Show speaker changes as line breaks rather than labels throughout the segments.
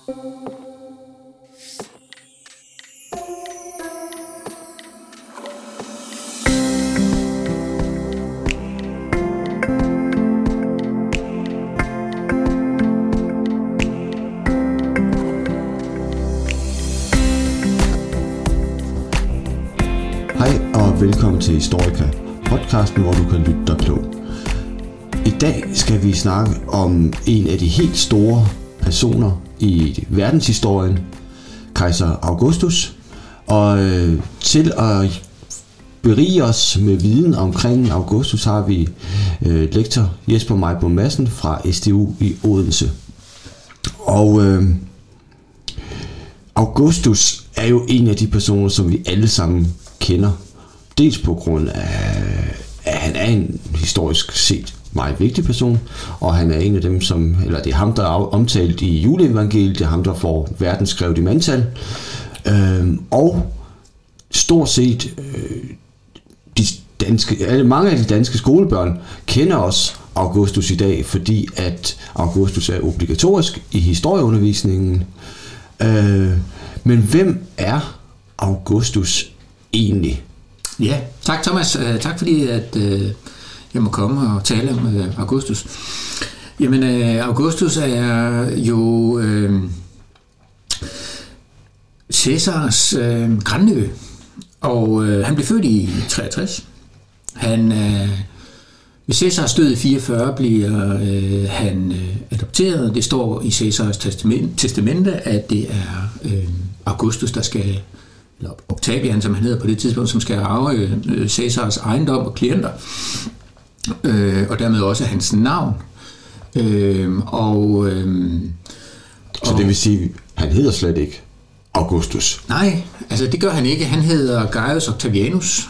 Velkommen til Historica, podcasten, hvor du kan lytte dig klog. I dag skal vi snakke om en af de helt store personer i verdenshistorien, kejser Augustus. Og til at berige os med viden omkring Augustus har vi lektor Jesper Meibo Madsen fra SDU i Odense. Og Augustus er jo en af de personer, som vi alle sammen kender. Dels på grund af, at han er en historisk set meget vigtig person, og han er en af dem, det er ham, der er omtalt i juleevangeliet, det er ham, der får verden skrevet i mandtal. Og stort set mange af de danske skolebørn kender også Augustus i dag, fordi at Augustus er obligatorisk i historieundervisningen. Men hvem er Augustus egentlig?
Ja, tak Thomas. Tak fordi at jeg må komme og tale om Augustus. Jamen, Augustus er jo Cæsars grandnevø, og han blev født i 63. Ved Cæsars død i 44 bliver han adopteret. Det står i Cæsars testamente, at det er Augustus, der skal, eller Octavian, som han hedder på det tidspunkt, som skal arve Cæsars ejendom og klienter, og dermed også hans navn.
Så det vil sige, han hedder slet ikke Augustus?
Nej, altså det gør han ikke. Han hedder Gaius Octavianus,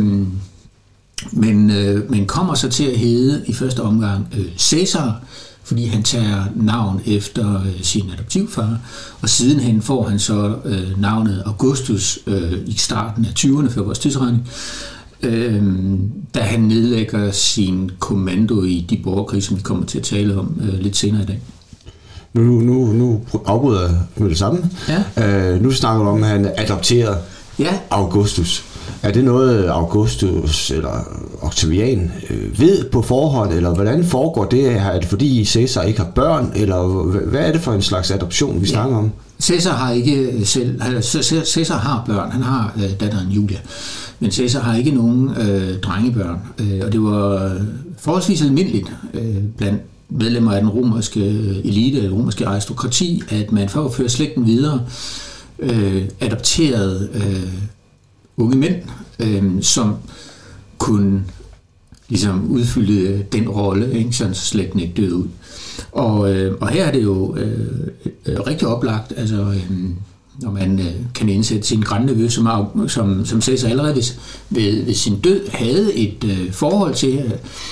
men kommer så til at hedde i første omgang Cæsar, fordi han tager navn efter sin adoptivfar, og sidenhen får han så navnet Augustus i starten af 20'erne før vores tidsregning, da han nedlægger sin kommando i de borgerkrige, som vi kommer til at tale om lidt senere i dag.
Nu afbryder jeg med det samme. Ja. Nu snakker du om, at han adopterer Augustus. Er det noget Augustus eller Octavian ved på forhånd, eller hvordan foregår det? Er det fordi Cæsar ikke har børn, eller hvad er det for en slags adoption, vi snakker om?
Cæsar har ikke selv, Cæsar har børn, han har datteren Julia, men Cæsar har ikke nogen drengebørn, og det var forholdsvis almindeligt blandt medlemmer af den romerske elite, det romerske aristokrati, at man for at føre slægten videre adopterede unge mænd, som kunne ligesom udfylde den rolle, ikke, sådan så slægten ikke døde ud. Og her er det jo rigtig oplagt, altså når man kan indsætte sin grandnevø, som Cæsar allerede ved sin død havde et forhold til.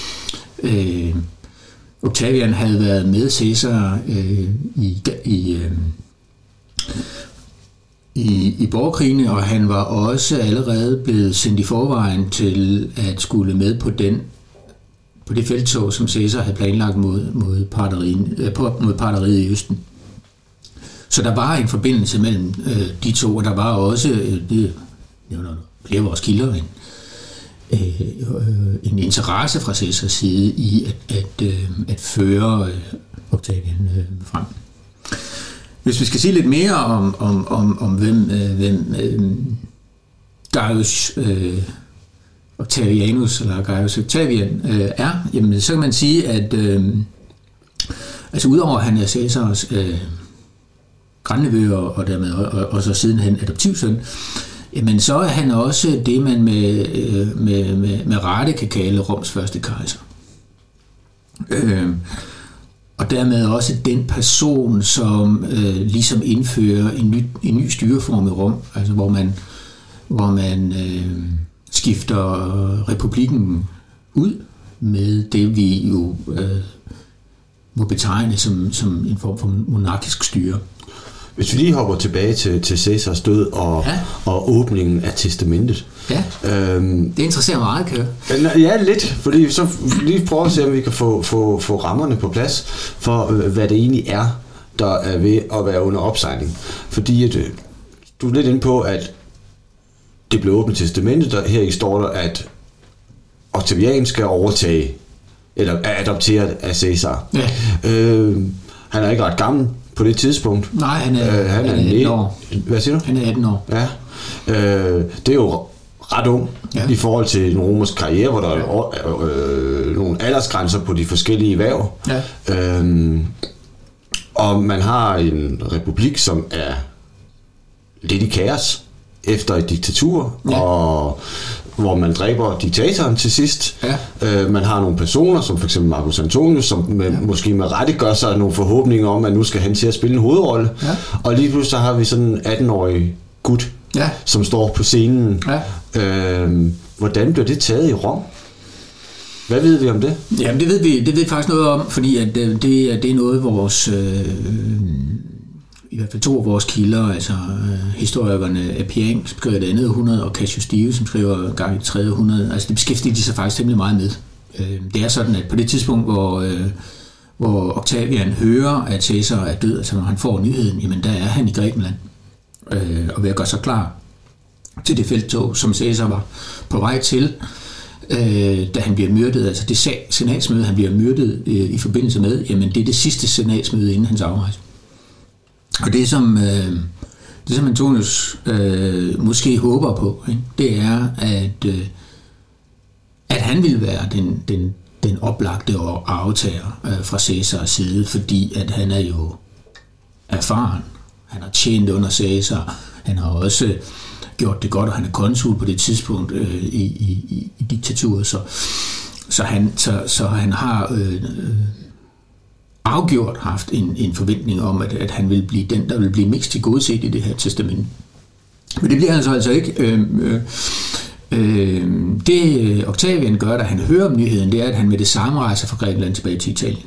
Octavian havde været med Cæsar i borgerkrigene, og han var også allerede blevet sendt i forvejen til at skulle med på det felttog, som Cæsar havde planlagt mod partneriet i Østen. Så der var en forbindelse mellem de to, og der var også flere af vores kilder en interesse fra Cæsars side i at føre Octavian frem. Hvis vi skal sige lidt mere om hvem Gaius Octavianus eller Gaius Octavian er, jamen, så kan man sige, at altså udover at han er Cæsars grandnevø og dermed og så sidenhen adoptivsøn, jamen så er han også det, man med rette kan kalde Roms første kejser. Og dermed også den person, som ligesom indfører en ny styreform i Rom, altså hvor man skifter republikken ud med det, vi jo må betegne som en form for monarkisk styre.
Hvis vi lige hopper tilbage til Cæsars død og åbningen af testamentet.
Ja, det interesserer mig meget, Kjør.
Ja, lidt, fordi så lige prøve at se, om vi kan få rammerne på plads for, hvad det egentlig er, der er ved at være under opsejling. Fordi at, du er lidt inde på, at det blev åbnet testamente, der her står der, at Octavian skal overtage, eller er adopteret af Caesar. Ja. Han er ikke ret gammel på det tidspunkt.
Nej, han er 18 år.
Hvad siger du?
Han er 18 år.
Ja. Det er jo ret ung i forhold til en romersk karriere, hvor der er nogle aldersgrænser på de forskellige erhverv. Ja. Og man har en republik, som er lidt i kaos efter et diktatur, og hvor man dræber diktatoren til sidst. Ja. Man har nogle personer, som for eksempel Marcus Antonius, som måske med rette gør sig nogle forhåbninger om, at nu skal han til at spille en hovedrolle. Ja. Og lige pludselig så har vi sådan en 18-årig gut, som står på scenen. Ja. Hvordan bliver det taget i Rom? Hvad ved vi om det?
Jamen det ved vi faktisk noget om, fordi at det er noget vores i hvert fald 2 af vores kilder, altså historikerne Appian, som skriver det andet århundrede, og Cassius Dio, som skriver gang i 3. århundrede. Altså det beskæftiger de sig faktisk temmelig meget med. Det er sådan, at på det tidspunkt, hvor Octavian hører, at Caesar er død, altså når han får nyheden, jamen der er han i Grækenland, og ved at gøre sig klar til det felttog, som Caesar var på vej til, da han bliver myrdet, altså det senatsmøde, han bliver myrdet i forbindelse med, jamen det er det sidste senatsmøde inden hans afrejse. Og det som Antonius måske håber på, ikke, det er, at han vil være den oplagte aftager fra Caesars side, fordi at han er jo erfaren. Han har tjent under Caesar. Han har også gjort det godt, og han er konsul på det tidspunkt i diktaturet. Så han har afgjort haft en forventning om, at han vil blive den, der vil blive mest tilgodeset i det her testament. Men det bliver han så altså ikke. Det Octavian gør, da han hører om nyheden, det er, at han med det samme rejser fra Grækenland tilbage til Italien.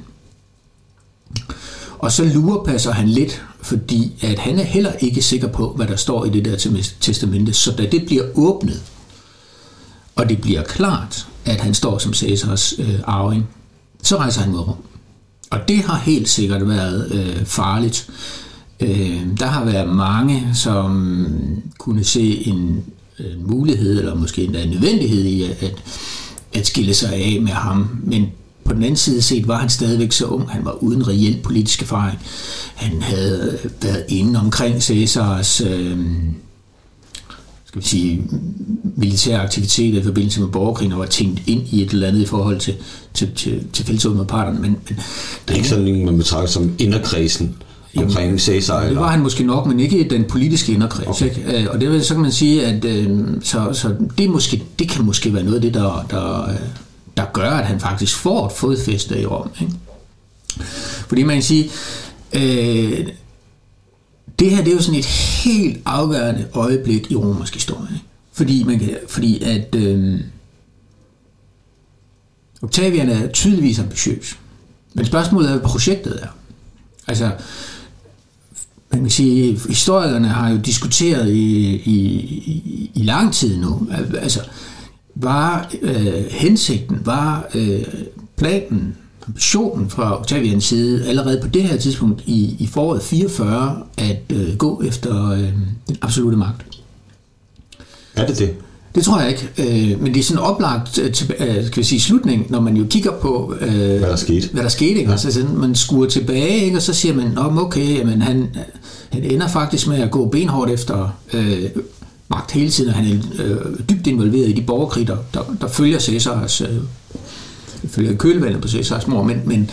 Og så lurepasser han lidt, fordi at han er heller ikke sikker på, hvad der står i det der testamente. Så da det bliver åbnet, og det bliver klart, at han står som Caesars arving, så rejser han mod Rom. Og det har helt sikkert været farligt. Der har været mange, som kunne se en mulighed, eller måske endda en nødvendighed i at skille sig af med ham. Men på den anden side set var han stadigvæk så ung. Han var uden reel politisk erfaring. Han havde været inde omkring Caesars militære aktiviteter i forbindelse med borgerkrigen og var tænkt ind i et eller andet i forhold til felttoget med parterne. Men
det er ikke sådan, man betragter som inderkredsen omkring Caesar?
Det var han måske nok, men ikke den politiske inderkreds. Okay. Ikke? Og det så kan man sige, at så det kan måske være noget af det, der gør, at han faktisk får et fodfæste i Rom. Ikke? Fordi man kan sige, det her det er jo sådan et helt afgørende øjeblik i romersk historie. Ikke? Fordi at Octavian er tydeligvis ambitiøs. Men spørgsmålet er, hvad projektet er. Altså, man kan sige, historikerne har jo diskuteret i lang tid nu. Altså, var hensigten, var planen, ambitionen fra Octavians side allerede på det her tidspunkt i foråret 44 at gå efter den absolute magt?
Er det det?
Det tror jeg ikke, men det er sådan oplagt skal vi sige, slutning, når man jo kigger på, hvad der skete. Ikke? Ja. Altså, man skuer tilbage, ikke? Og så siger man, okay, men han ender faktisk med at gå benhårdt efter magt hele tiden, og han er dybt involveret i de borgerkrig, der følger Caesars, følger kølvandet på Caesars mor, men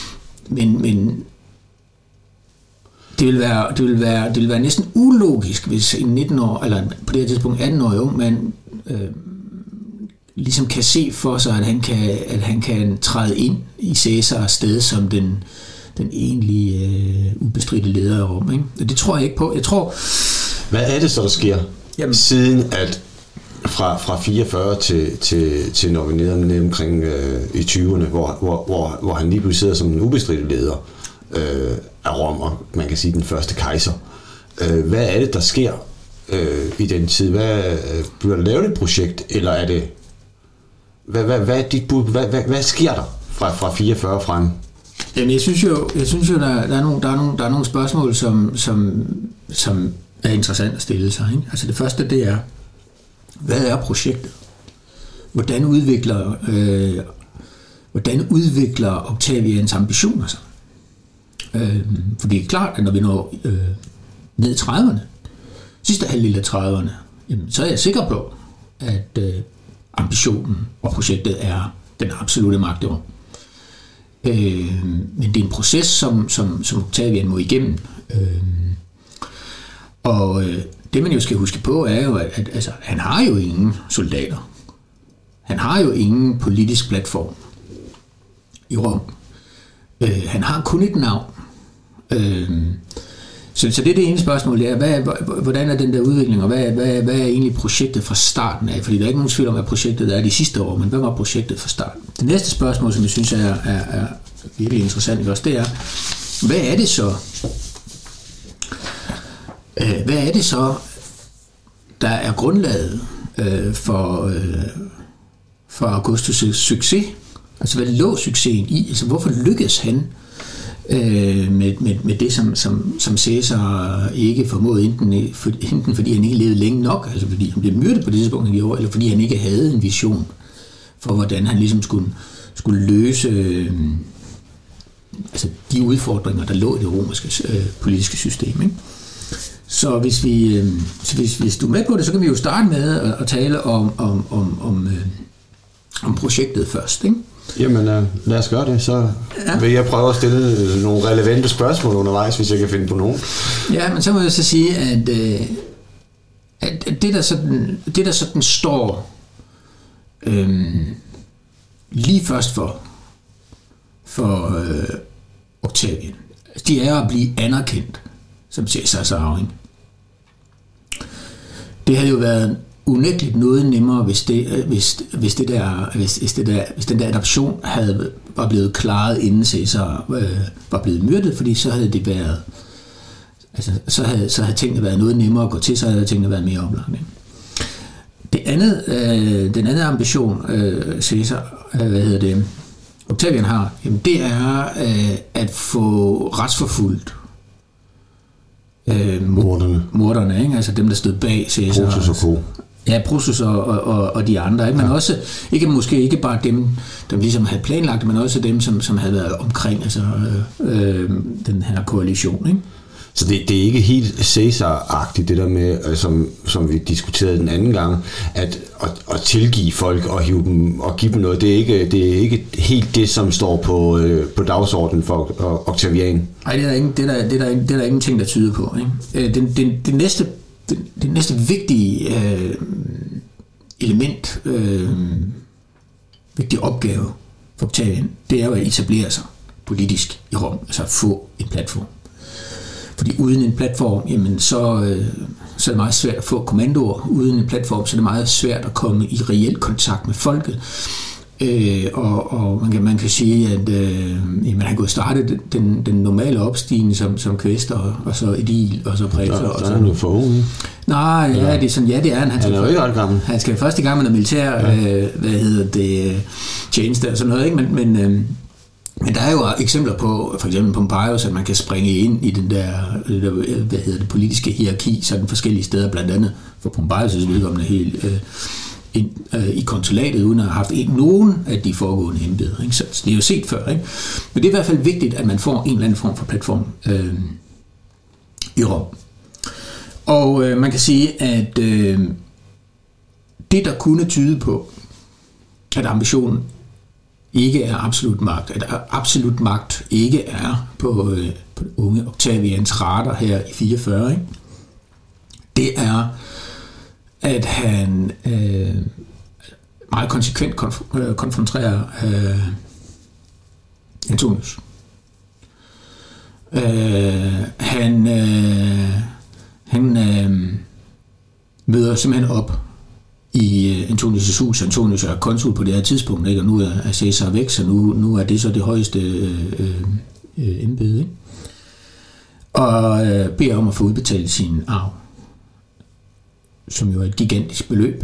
det vil være næsten ulogisk, hvis en 19 år, eller på det her tidspunkt 18-årig ung mand, ligesom kan se for sig, at han kan træde ind i Caesars sted som den egentlige ubestridte leder af Rom. Ikke? Det tror jeg ikke på. Jeg tror.
Hvad er det så, der sker? Jamen, siden at fra 44 til når vi nede omkring i 20'erne, hvor han lige pludselig sidder som en ubestridte leder af Rom, og man kan sige den første kejser. Hvad er det, der sker i den tid? Bliver der lavet et projekt, eller er det... Hvad er dit bud? Hvad sker der fra 44 frem?
Jamen, jeg synes jo, der er nogle spørgsmål, som er interessant at stille sig. Ikke? Altså det første, det er, hvad er projektet? Hvordan udvikler Octavians ambitioner sig? For det er klart, at når vi når ned i 30'erne, sidste halvdel af 30'erne, jamen, så er jeg sikker på, at ambitionen og projektet er den absolute magt i Rom. Men det er en proces, som Octavian må igennem. Og det man jo skal huske på er jo, at altså, han har jo ingen soldater. Han har jo ingen politisk platform i Rom. Han har kun et navn. Så det er det ene spørgsmål, det er, hvordan er den der udvikling, og hvad er egentlig projektet fra starten af? Fordi der er ikke nogen tvivl om, hvad projektet er de sidste år, men hvad var projektet fra starten? Det næste spørgsmål, som jeg synes er virkelig interessant også, det er, hvad er det så, der er grundlaget for Augustus' succes? Altså, hvad lå succesen i? Altså, hvorfor lykkedes han med det, som Caesar ikke formåede, enten fordi han ikke levede længe nok, altså fordi han blev myrdet på det tidspunkt, han gjorde, eller fordi han ikke havde en vision for, hvordan han ligesom skulle løse altså de udfordringer, der lå i det romerske politiske system. Ikke? Så hvis du er med på det, så kan vi jo starte med at tale om projektet først, ikke?
Jamen, lad os gøre det. Så vil jeg prøve at stille nogle relevante spørgsmål undervejs, hvis jeg kan finde på nogen.
Ja, men så må jeg så sige, at det der sådan står lige først for Octavian, de er at blive anerkendt som Caesars arving. Det havde jo været unægteligt noget nemmere, hvis den der adoption var blevet klaret, inden Caesar var blevet myrdet, fordi så havde det været, altså så havde tingene været noget nemmere at gå til, så havde tingene været mere oplagt. Den anden ambition, Caesar, Octavian har, jamen det er at få retsforfulgt morderne, ikke? Altså dem, der stod bag Caesar.
Brutus og co.
Ja, Brutus og de andre, ikke? Men også, måske ikke bare dem, der ligesom havde planlagt, men også dem, som havde været omkring altså, den her koalition, ikke?
Så det er ikke helt Caesar-agtigt, det der med, som vi diskuterede den anden gang, at tilgive folk og hive dem og give dem noget. Det er ikke helt det, som står på dagsordenen for Octavian.
Nej, det er der ingenting, der tyder på, ikke? Det næste vigtige element, vigtig opgave for Octavian, det er jo at etablere sig politisk i Rom, altså at få en platform. Fordi uden en platform, jamen så er det meget svært at få kommandoer. Uden en platform, så er det meget svært at komme i reel kontakt med folket. Og man kan sige, at man har gået startet den normale opstigning som kvæster, og så edil, og så prætor.
Så er han jo for ung.
Nej, ja, det er sådan, ja, det er han.
Han er jo ikke ret gammel.
Han skal først i gang med noget militær, tjeneste og sådan noget, ikke? Men der er jo eksempler på, for eksempel Pompeius, at man kan springe ind i den der politiske hierarki, sådan forskellige steder, blandt andet for Pompeius' vedkommende helt ind i konsulatet, uden at have haft nogen af de foregående embeder. Ikke? Så det er jo set før. Ikke? Men det er i hvert fald vigtigt, at man får en eller anden form for platform i Rom. Og man kan sige, at det, der kunne tyde på, at ambitionen ikke er absolut magt, at absolut magt ikke er på unge Octavians radar her i 44, ikke? Det er, at han meget konsekvent konfronterer Antonius. Han møder simpelthen op i Antonius' hus. Antonius er konsul på det her tidspunkt, ikke? Og nu er Caesar væk, så nu er det så det højeste embede, ikke? Og beder om at få udbetalt sin arv, som jo er et gigantisk beløb.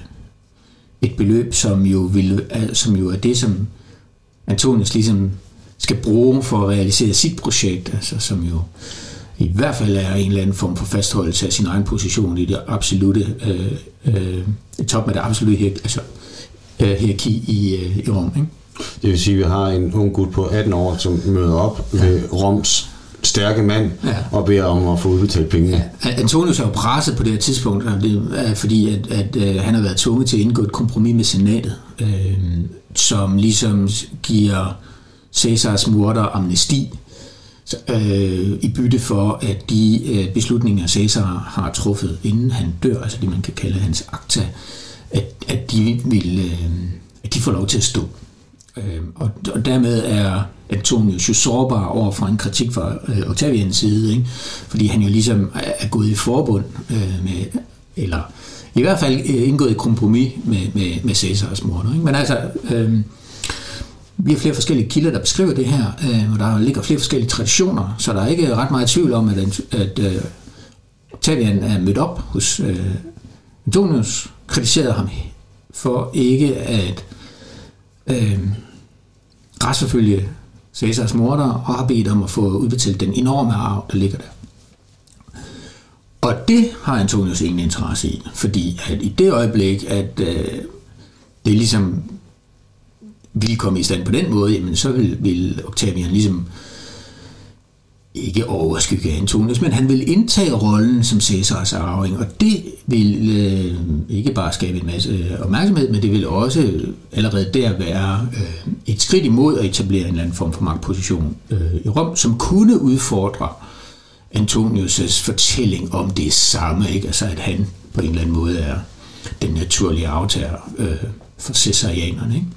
Et beløb, som jo er det, som Antonius ligesom skal bruge for at realisere sit projekt, altså som jo i hvert fald er en eller anden form for fastholdelse af sin egen position i det absolute top med det absolute hierarki i Rom. Ikke?
Det vil sige, at vi har en ung gut på 18 år, som møder op ved Roms stærke mand og beder om at få udbetalt penge.
Ja. Antonius er jo presset på det her tidspunkt, og det er fordi, at han har været tvunget til at indgå et kompromis med senatet, som ligesom giver Caesars morder amnesti i bytte for, at de beslutninger, Caesar har truffet, inden han dør, altså det man kan kalde hans akta, at de får lov til at stå. Og dermed er Antonius jo sårbar over for en kritik fra Octavians side, ikke? Fordi han jo ligesom er gået i forbund med, eller i hvert fald indgået et kompromis med Caesars morder. Ikke? Men altså, vi har flere forskellige kilder, der beskriver det her, og der ligger flere forskellige traditioner, så der er ikke ret meget tvivl om, at Octavian er mødt op hos Antonius, kritiserede ham for ikke at retsforfølge Caesars morder, og har bedt om at få udbetalt den enorme arv, der ligger der. Og det har Antonius ingen interesse i, fordi at i det øjeblik, at det ligesom ville komme i stand på den måde, jamen så vil Octavian ligesom ikke overskygge Antonius, men han vil indtage rollen som Caesars arving, og det vil ikke bare skabe en masse opmærksomhed, men det vil også allerede der være et skridt imod at etablere en eller anden form for magtposition i Rom, som kunne udfordre Antonius' fortælling om det samme, ikke? Altså at han på en eller anden måde er den naturlige aftager for caesarianerne, ikke?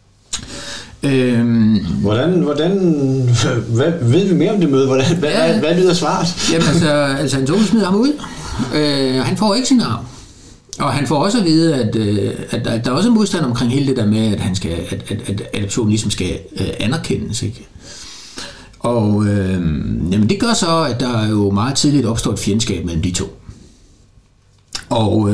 Hvad ved vi mere om det møde? Hvad lyder svaret?
Jamen altså Antonius smider ham ud. Han får ikke sin arv. Og han får også at vide, at der er også modstand omkring hele det der med, at at adoptionen ligesom skal anerkendes, ikke? Og jamen det gør så, at der jo meget tidligt opstår et fjendskab mellem de to. Og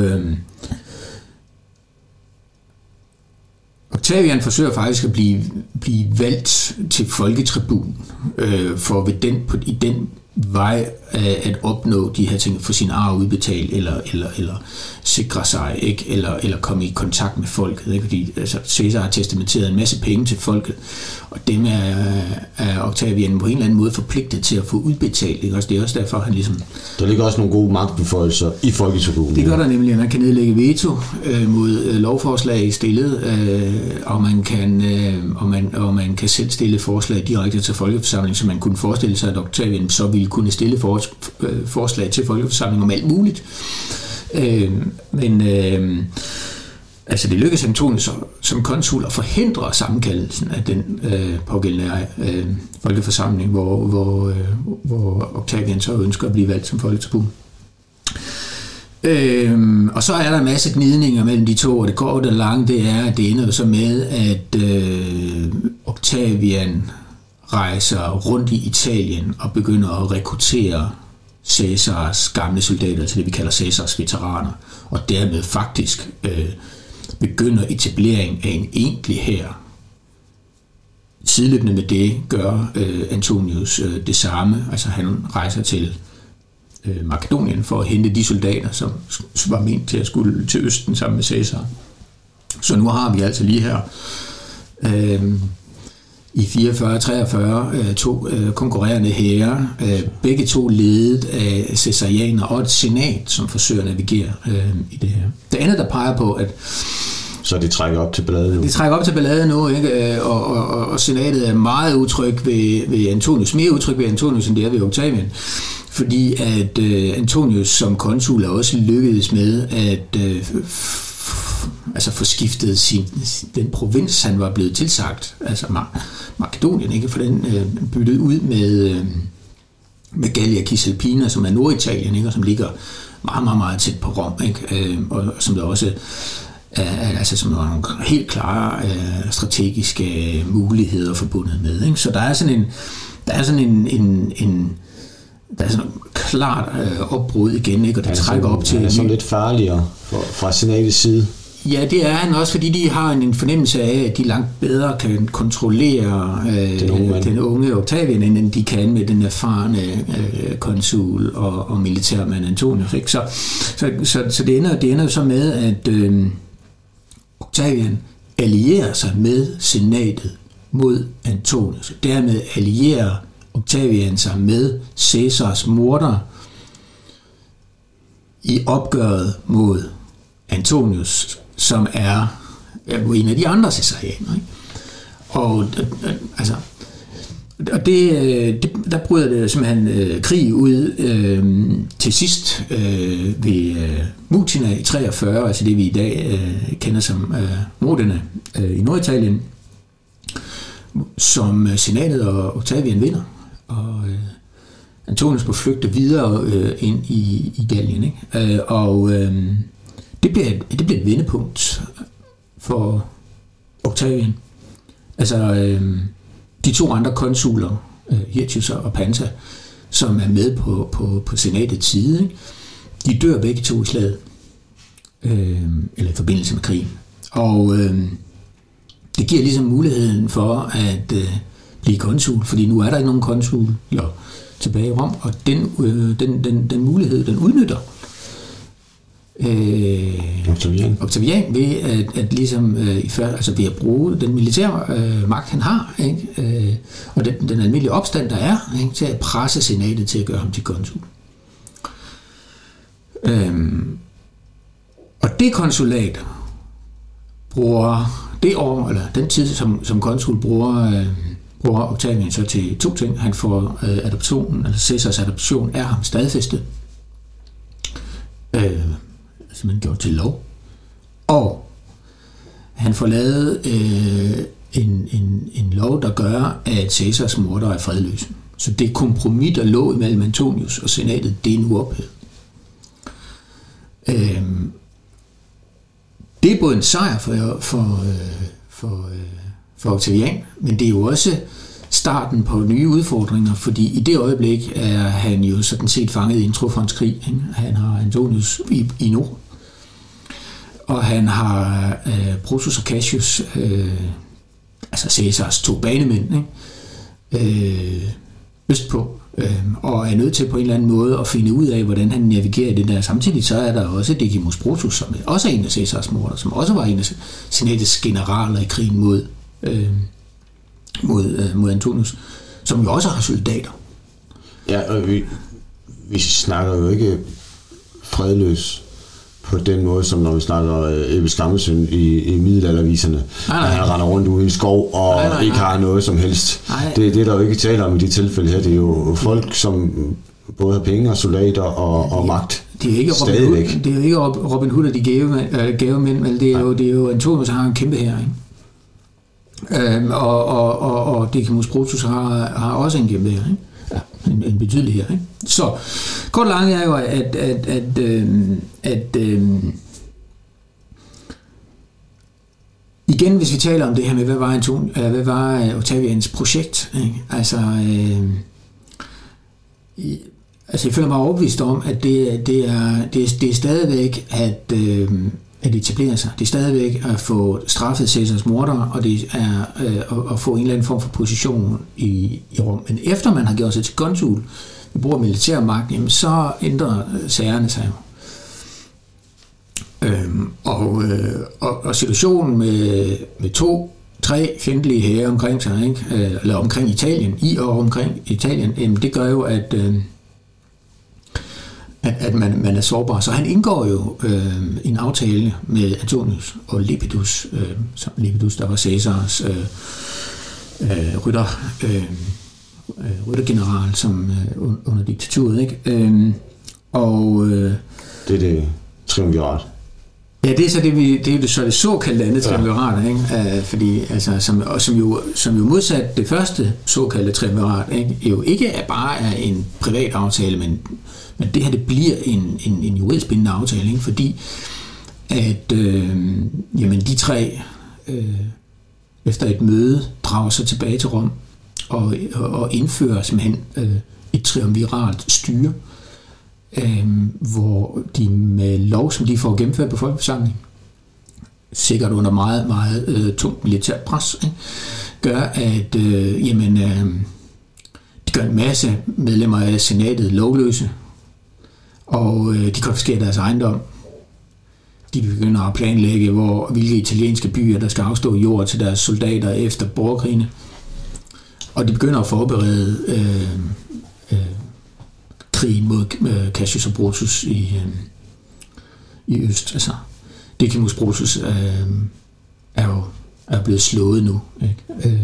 Octavian forsøger faktisk at blive valgt til folketribun for i den vej at opnå de her ting, for sin arv udbetalt eller sikre sig, ikke, eller komme i kontakt med folket, ikke? Fordi altså, Caesar har testamenteret en masse penge til folket, og dem er Octavian på en eller anden måde forpligtet til at få udbetalt, ikke? Det er også derfor han ligesom. Der
ligger også nogle gode magtbeføjelser i folketribunen.
Det gør der nemlig, at man kan nedlægge veto mod lovforslag stillet, og man kan selv stille forslag direkte til folkeforsamling, så man kunne forestille sig, at Octavian så ville kunne stille forslag til folkeforsamling om alt muligt. Men altså det lykkedes Antonius som konsul at forhindre sammenkaldelsen af den pågældende folkeforsamling, hvor Octavian så ønsker at blive valgt som folketribun. Og så er der en masse gnidninger mellem de to, og det korte og lange, det er, at det ender så med, at Octavian rejser rundt i Italien og begynder at rekruttere Caesars gamle soldater til det, vi kalder Caesars veteraner, og dermed faktisk begynder etablering af en egentlig hær. Sideløbende med det gør Antonius det samme, altså han rejser til Makedonien for at hente de soldater, som var ment til at skulle til Østen sammen med Caesar. Så nu har vi altså lige her i 44-43 to konkurrerende hære, begge to ledet af caesarianer og et senat, som forsøger at navigere i det her. Det andet, der peger på, at
så de trækker op til ballade nu.
De trækker op til ballade nu, ikke? Og senatet er meget utryg ved Antonius, mere utryg ved Antonius, end det er ved Octavian. Fordi at Antonius som konsul er også lykkedes med at få skiftet den provins, han var blevet tilsagt, altså Makedonien, ikke? For den byttet ud med Gallia Cisalpina, som er Norditalien, ikke? Og som ligger meget, meget, meget tæt på Rom, ikke? Og som der også altså som der var nogle helt klare strategiske muligheder forbundet med, ikke? Så der er sådan en klart opbrud igen, ikke? Og det trækker op til
sådan lidt farligere fra senatets side.
Ja, det er han også, fordi de har en fornemmelse af, at de langt bedre kan kontrollere den unge Octavian, end de kan med den erfarne konsul og militærmand Antonius. Ikke? Så det ender jo så med, at Octavian allierer sig med senatet mod Antonius. Dermed allierer Octavian sig med Caesars morder i opgøret mod Antonius, som er en af de andre caesarianer. Og der bryder det simpelthen krig ud til sidst ved Mutina i 43, altså det vi i dag kender som Modena i Norditalien, som senatet og Octavian vinder, og Antonius må flygte videre ind i Gallien, ikke? Og det bliver et vendepunkt for Octavian. Altså de to andre konsuler, Hirtius og Pansa, som er med på senatets side, ikke? De dør begge to i slaget, eller i forbindelse med krigen. Og det giver ligesom muligheden for at blive konsul, fordi nu er der ikke nogen konsul tilbage i Rom, og den mulighed, den udnytter Octavian ved at ligesom ved at bruge den militære magt, han har, ikke? Og den almindelige opstand, der er, ikke? Til at presse senatet til at gøre ham til konsul. Og det konsulat bruger det år, eller den tid, som konsul bruger Octavian så til to ting. Han får adoptionen, altså Caesars adoption af ham stadfæstet, simpelthen gjort til lov, og han får lavet en lov, der gør, at Caesars morder er fredløse. Så det kompromis, der lå imellem Antonius og senatet, det er nu ophævet. Det er både en sejr for Octavian, men det er jo også starten på nye udfordringer, fordi i det øjeblik er han jo sådan set fanget i en trofrontskrig. Ikke? Han har Antonius i nord, og han har Brutus og Cassius, altså Caesars to banemænd, ikke? Østpå, og er nødt til på en eller anden måde at finde ud af, hvordan han navigerer i det der. Samtidig så er der også Decimus Brutus, som også er en af Caesars morder, som også var en af senatets generaler i krigen mod Antonius, som jo også har soldater.
Ja, og vi snakker jo ikke fredløs på den måde, som når vi snakker Ebbe Skammelsøn i middelalderviserne. Han render rundt ude i en skov og ikke har noget som helst. Det er der jo ikke tale om i de tilfælde her. Det er jo folk, som både har penge og soldater og magt.
Det er ikke Robin Hood og de gavemænd, men det er jo Antonius, har en kæmpe her, ikke? Og Decimus Brutus har også en kæmpe her, ikke? Ja, en betydelig her, ikke? Så kort langt er jo, at igen, hvis vi taler om det her med, hvad var Octavians projekt, ikke? Altså jeg føler mig overbevist om, at det er stadigvæk at etablere sig. Det er stadigvæk at få straffet Caesars mordere, og det er at få en eller anden form for position i Rom. Men efter man har gjort sig til konsul, vi bruger militærmagt, jamen så ændrer sagerne sig jo. Og situationen med 2-3 fjendtlige hære omkring sig, ikke? Eller omkring Italien, omkring Italien, jamen det gør jo, at man er sårbar. Så han indgår jo en aftale med Antonius og Lepidus, Lepidus, der var Caesars ryttergeneral som under diktaturet, ikke?
Det er det triumvirat.
Ja, det er så det såkaldte andet triumvirat, ikke? Fordi altså som jo modsat det første såkaldte triumvirat, ikke? Jo ikke er bare en privat aftale, men det her, det bliver en juridisk bindende aftale, ikke? Fordi at jamen de tre efter et møde drager sig tilbage til Rom og indfører simpelthen et triumviralt styre, hvor de med lov, som de får gennemført på folkeforsamling, sikkert under meget, meget tungt militært pres, ikke? Gør, at de gør en masse medlemmer af senatet lovløse, og de konfiskerer deres ejendom. De begynder at planlægge, hvilke italienske byer, der skal afstå jord til deres soldater efter borgerkrigene. Og de begynder at forberede krigen mod Cassius og Brutus i øst. Altså, Decimus Brutus er jo blevet slået nu, ikke?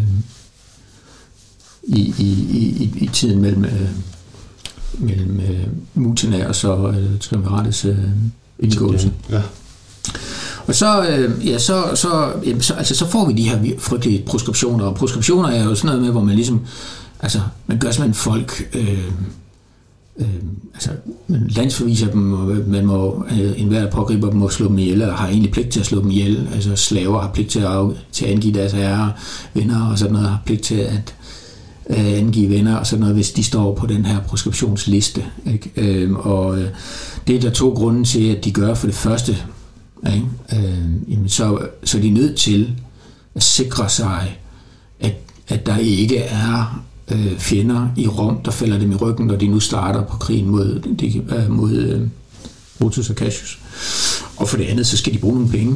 I tiden mellem Mutina og så triumviratets indgåelse. Ja. Og så får vi de her frygtelige proskriptioner, og proskriptioner er jo sådan noget med, hvor man ligesom, altså man gør simpelthen folk, man landsforviser dem, og man må, enhver pågriber dem og slå dem ihjel, eller har egentlig pligt til at slå dem ihjel. Altså slaver har pligt til at angive deres herrer, venner og sådan noget, har pligt til at angive venner og sådan noget, hvis de står på den her proskriptionsliste, ikke? Og det er der 2 grunde til, at de gør. For det første, ikke? Så er de nødt til at sikre sig, at der ikke er fjender i Rom, der falder dem i ryggen, når de nu starter på krigen mod Brutus og Cassius. Og for det andet, så skal de bruge nogle penge.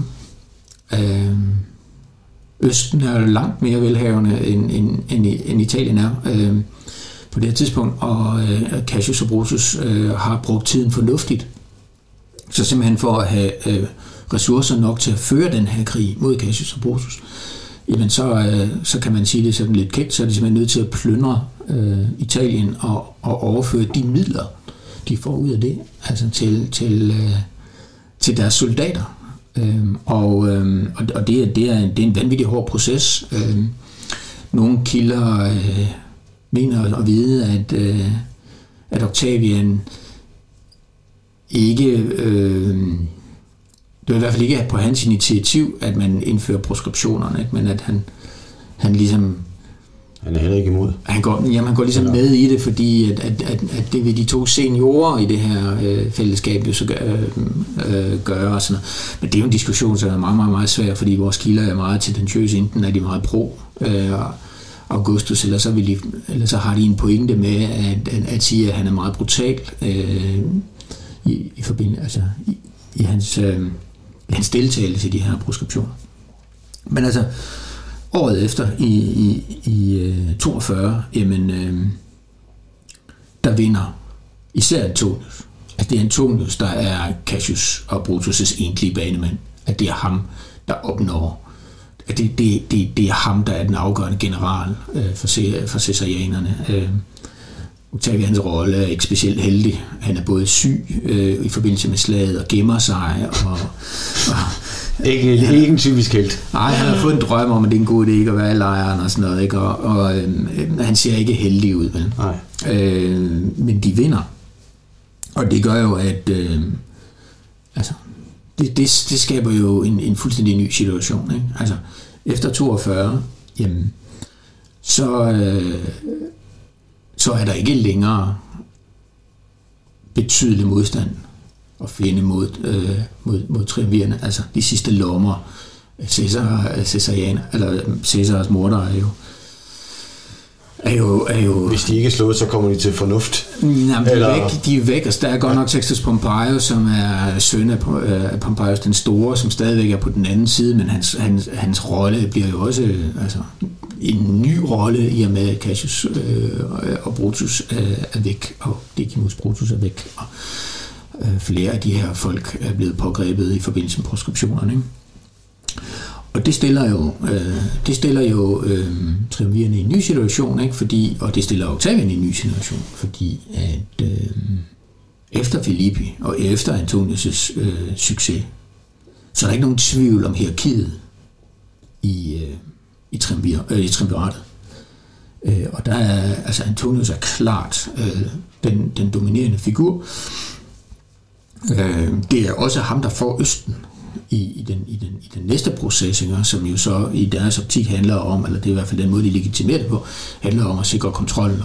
Østen er langt mere velhavende end Italien er på det her tidspunkt, og Cassius og Brutus har brugt tiden fornuftigt. Så simpelthen for at have ressourcer nok til at føre den her krig mod Cassius og Brutus, jamen så kan man sige det sådan lidt kægt, så er de simpelthen nødt til at plyndre Italien og overføre de midler, de får ud af det, altså til deres soldater. Og det er en vanvittig hård proces. Nogle kilder mener at vide, at Octavian ikke det var i hvert fald ikke på hans initiativ, at man indfører proskriptionerne, ikke? Men at han ligesom...
Han er heller ikke imod.
Han går ligesom med i det, fordi at det vil de 2 seniorer i det her fællesskab jo så gøre og sådan noget. Men det er jo en diskussion, som er meget, meget, meget svær, fordi vores kilder er meget tendentiøse, enten er de meget pro Augustus, eller så har de en pointe med at sige, at han er meget brutal i forbindelse, altså i hans deltagelse i de her proskriptioner. Men altså, året efter, i 42, jamen, der vinder især Antonius. At det er Antonius, der er Cassius og Brutus' egentlige banemand. At det er ham, der opnår. At det er ham, der er den afgørende general for caesarianerne. Octavians rolle er ikke specielt heldig. Han er både syg i forbindelse med slaget og gemmer sig.
Ikke en typisk helt.
Nej, han har fået en drøm om, at det er en god idé ikke at være i lejren og sådan noget. Ikke? Og han ser ikke heldig ud. Vel?
Nej.
Men de vinder. Og det gør jo, at det skaber jo en fuldstændig ny situation. Ikke? Altså, efter 42, jamen, så er der ikke længere betydelig modstand at finde mod triumvirerne. Altså de sidste lommer. Caesars mordere er jo...
Hvis de ikke er slået, så kommer de til fornuft.
Jamen, de er væk. Altså, der er godt nok Sextus Pompeius, som er søn af Pompeius den Store, som stadigvæk er på den anden side, men hans rolle bliver jo også en ny rolle, i og med at Cassius og Brutus er væk, og Decimus Brutus er væk, og flere af de her folk er blevet pågrebet i forbindelse med proskriptionerne, ikke? Og det stiller jo triumvirerne i en ny situation, ikke? Og det stiller Octavian i en ny situation, fordi at efter Filippi og efter Antonius' succes, så er der ikke nogen tvivl om hierarkiet i triumviratet. Og der er, altså Antonius er klart den dominerende figur. Det er også ham, der får Østen i den næste proces, som jo så i deres optik handler om, eller det er i hvert fald den måde, de legitimerer det på, handler om at sikre kontrollen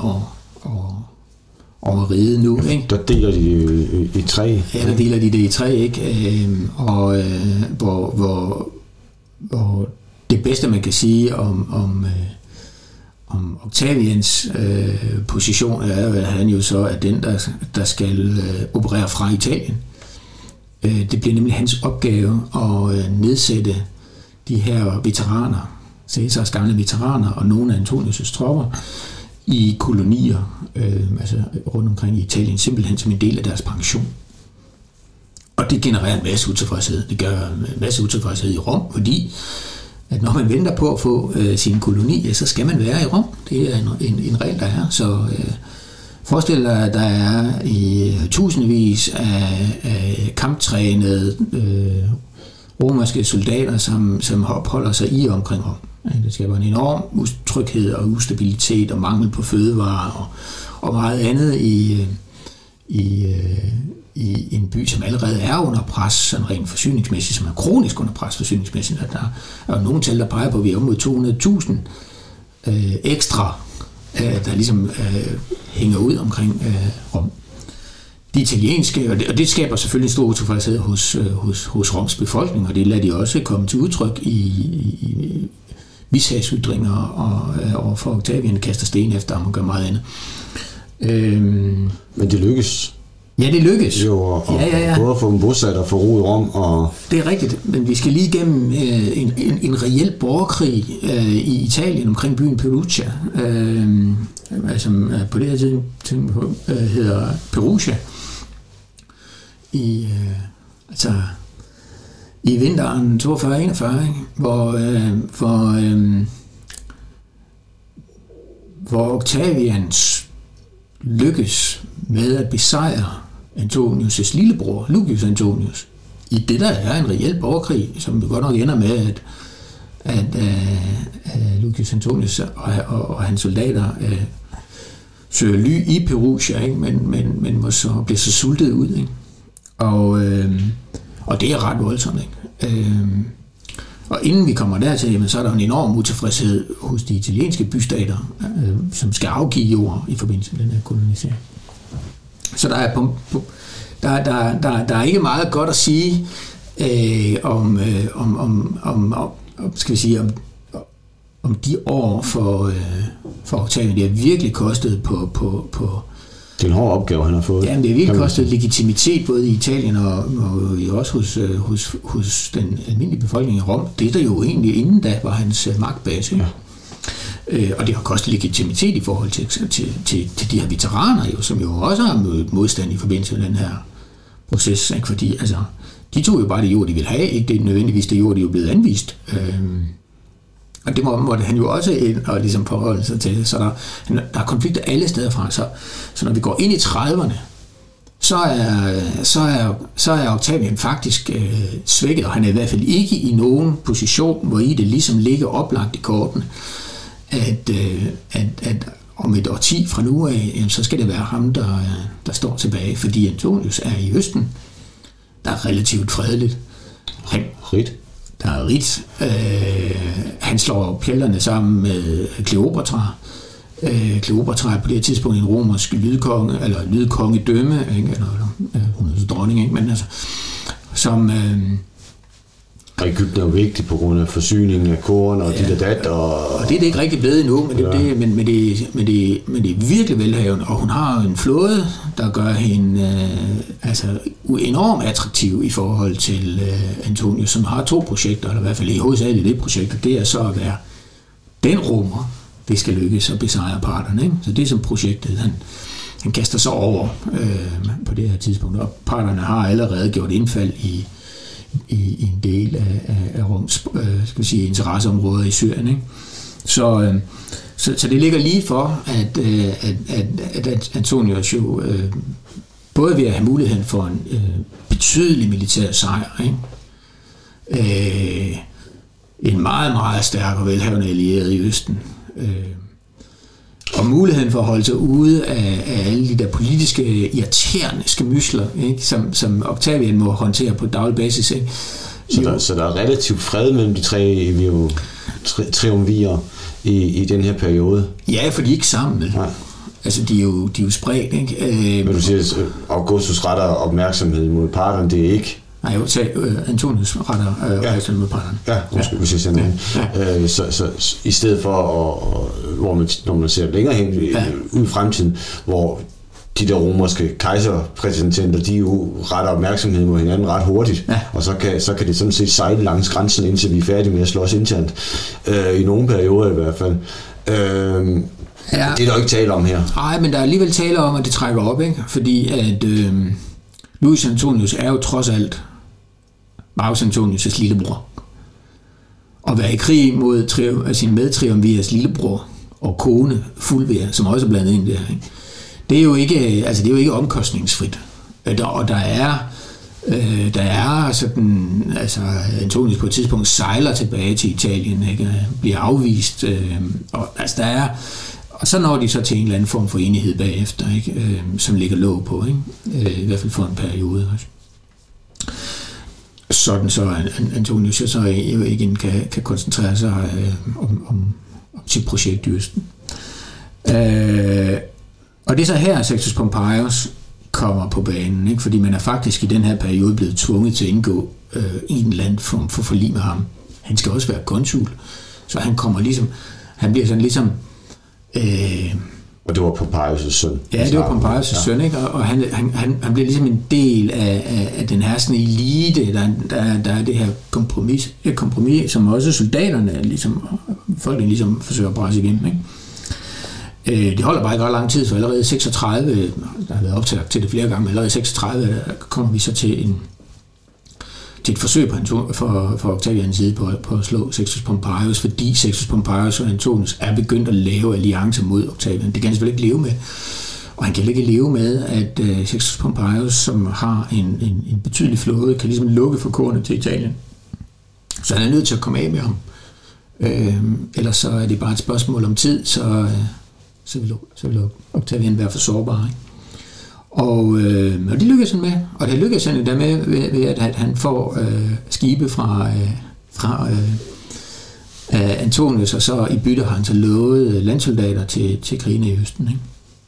over riget nu. Ikke?
Der deler de i 3.
Ja, der deler de det i 3, ikke? Og hvor hvor det bedste, man kan sige om Octavians position er, at han jo så er den, der skal operere fra Italien. Det bliver nemlig hans opgave at nedsætte de her veteraner, Caesars gamle veteraner og nogle af Antonius' tropper i kolonier, altså rundt omkring i Italien, simpelthen som en del af deres pension. Og det genererer en masse utilfredshed. Det gør en masse utilfredshed i Rom, fordi at når man venter på at få sin koloni, så skal man være i Rom. Det er en regel, der er. Så forestil dig, at der er i tusindvis af kamptrænede romerske soldater, som opholder sig i omkring Rom. Det skaber en enorm utryghed og ustabilitet og mangel på fødevarer og meget andet i en by, som allerede er under pres, sådan rent forsyningsmæssigt, som er kronisk under pres forsyningsmæssigt. Der er nogle tal, der peger på, at vi er om mod 200.000 ekstra, der ligesom hænger ud omkring Rom. De italienske, og det skaber selvfølgelig en stor utilfredshed hos Roms befolkning, og det lader de også komme til udtryk i vishagsytringer og for Octavian kaster sten efter ham og gør meget andet.
Men det lykkes.
Ja, det lykkes.
Jo, og både at få dem bosat og få ro i Rom. Og
det er rigtigt, men vi skal lige igennem en reel borgerkrig i Italien omkring byen Perugia, som på det her tidspunkt hedder Perugia. I vinteren 42-41, hvor Octavians lykkes med at besejre Antonius' lillebror, Lucius Antonius, i det, der er en reel borgerkrig, som godt nok ender med, at Lucius Antonius og hans soldater søger ly i Perugia, ikke? Men må så blive så sultet ud, ikke? Og det er ret voldsomt, ikke? Og inden vi kommer dertil, jamen, så er der en enorm utilfredshed hos de italienske bystater, som skal afgive jord i forbindelse med den her kolonisering. Så der er ikke meget godt at sige om de år for Octavian. Det har virkelig kostet på
det er en hård opgave, han har fået.
Jamen, det har virkelig kostet legitimitet både i Italien og også hos den almindelige befolkning i Rom. Det der jo egentlig inden da var hans magtbase. Ja. Og det har kostet legitimitet i forhold til de her veteraner, jo, som jo også har mødt modstand i forbindelse med den her proces. Ikke? Fordi altså, de tog jo bare det jord, de ville have. Ikke det nødvendigvis det jord, de jo blevet anvist. Og det måtte han jo også ind og ligesom forholde sig til. Så der er konflikter alle steder fra. Så når vi går ind i 30'erne, så er Octavian faktisk svækket, og han er i hvert fald ikke i nogen position, hvor i det ligesom ligger oplagt i kortene, at om et årti fra nu af, så skal det være ham, der står tilbage, fordi Antonius er i Østen. Der er relativt fredeligt. Der er rigt. Han slår pjælerne sammen med Kleopatra. Kleopatra er på det her tidspunkt en romersk lydkonge, eller lydkongedømme, ikke? Eller hun er så dronning, ikke? Men altså, som...
Egypten er jo vigtig på grund af forsyningen af korn og dit og dat.
Og det er det ikke rigtig blevet endnu, men det er virkelig velhavende, og hun har en flåde, der gør hende enormt attraktiv i forhold til Antonius, som har 2 projekter, eller i hvert fald i hovedsageligt det projekt, og det er så at være den romer, det skal lykkes at besejre parterne. Ikke? Så det er som projektet, han kaster sig over på det her tidspunkt, og parterne har allerede gjort indfald i en del af Roms interesseområder i Syrien. Ikke? Så det ligger lige for, at Antonius jo både ved at have muligheden for en betydelig militær sejr, ikke? En meget, meget stærk og velhavende allieret i Østen, og muligheden for at holde sig ude af alle de der politiske irriterende skærmysler, ikke? Som Octavian må håndtere på daglig basis. Ikke?
Så der er relativt fred mellem de 3 triumvirer i den her periode?
Ja, for de er ikke sammen. Nej. Altså, de er jo spredt. Ikke?
Men du siger, at Augustus retter opmærksomhed mod parterne, det er ikke
Nej, jo, Antonius retter Christian mod parterne.
Ja, undskyld, hvis jeg sender hen. Så i stedet for, hvor man, når man ser længere hen ud i fremtiden, hvor de der romerske kejserpræsidenter, de jo retter opmærksomhed mod hinanden ret hurtigt, og så kan det sådan set sejle langs grænsen, indtil vi er færdige med at slås internt. I nogle perioder i hvert fald. Det er der ikke tale om her.
Nej, men der er alligevel tale om, at det trækker op, ikke? Fordi at Louis Antonius er jo trods alt Marcus Antonius' lillebror. Og være i krig mod sin medtriumvirs lillebror og kone Fulvia, som også er blandet ind der, ikke? Det er jo ikke omkostningsfrit. Og der er sådan, altså Antonius på et tidspunkt sejler tilbage til Italien, ikke? Bliver afvist, og altså der er, og så når de så til en eller anden form for enighed bagefter, ikke? Som ligger låg på, ikke? I hvert fald for en periode også. Sådan så Antonius så jo igen kan koncentrere sig om sit projekt i Østen. Og det er så her, Sextus Pompeius kommer på banen, ikke? Fordi man er faktisk i den her periode blevet tvunget til at indgå i en eller anden form for forlig med ham. Han skal også være konsul, så han kommer ligesom, han bliver sådan ligesom...
og det var Pompeius' søn.
Ja, det var Pompeius' søn, ikke? Og han bliver ligesom en del af den herskende elite, der er det her kompromis, som også soldaterne, ligesom, folk ligesom forsøger at presse igennem, ikke? Det holder bare ikke ret lang tid, for allerede 36, der har været optaget til det flere gange, men allerede 36 kommer vi så til et forsøg for Octavians side på at slå Sextus Pompeius, fordi Sextus Pompeius og Antonius er begyndt at lave alliancer mod Octavian. Det kan han selvfølgelig ikke leve med. Og han kan ikke leve med, at Sextus Pompeius, som har en betydelig flåde, kan ligesom lukke for kornet til Italien. Så han er nødt til at komme af med ham. Ellers så er det bare et spørgsmål om tid, så vil Octavian være for sårbar, ikke? Og det lykkes han med, og det lykkes han endda med ved at han får skibe fra Antonius, og så i bytte har han så lovet landsoldater til krigene i Østen, ikke?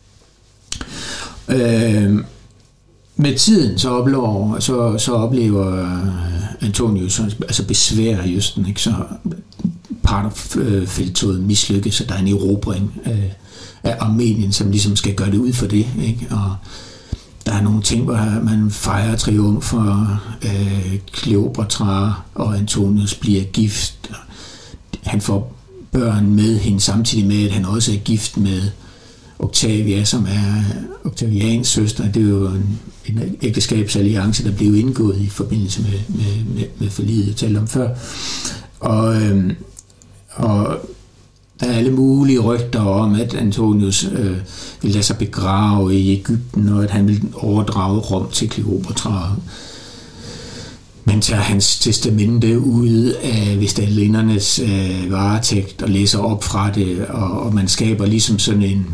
Med tiden så oplever Antonius altså besvær i Østen, ikke? Så Partherfelttoget mislykkes, og der er en erobring af Armenien, som ligesom skal gøre det ud for det, ikke? Og der er nogle ting, hvor man fejrer triumfer, Kleopatra og Antonius bliver gift. Han får børn med hende, samtidig med, at han også er gift med Octavia, som er Octavians søster. Det er jo en ægteskabsalliance, der blev indgået i forbindelse med forliget, jeg talte om før. Og der er alle mulige rygter om, at Antonius vil lade sig begrave i Egypten, og at han vil overdrage Rom til Kleopatra. Man tager hans testamente ud af vestallindernes varetægt og læser op fra det, og man skaber ligesom sådan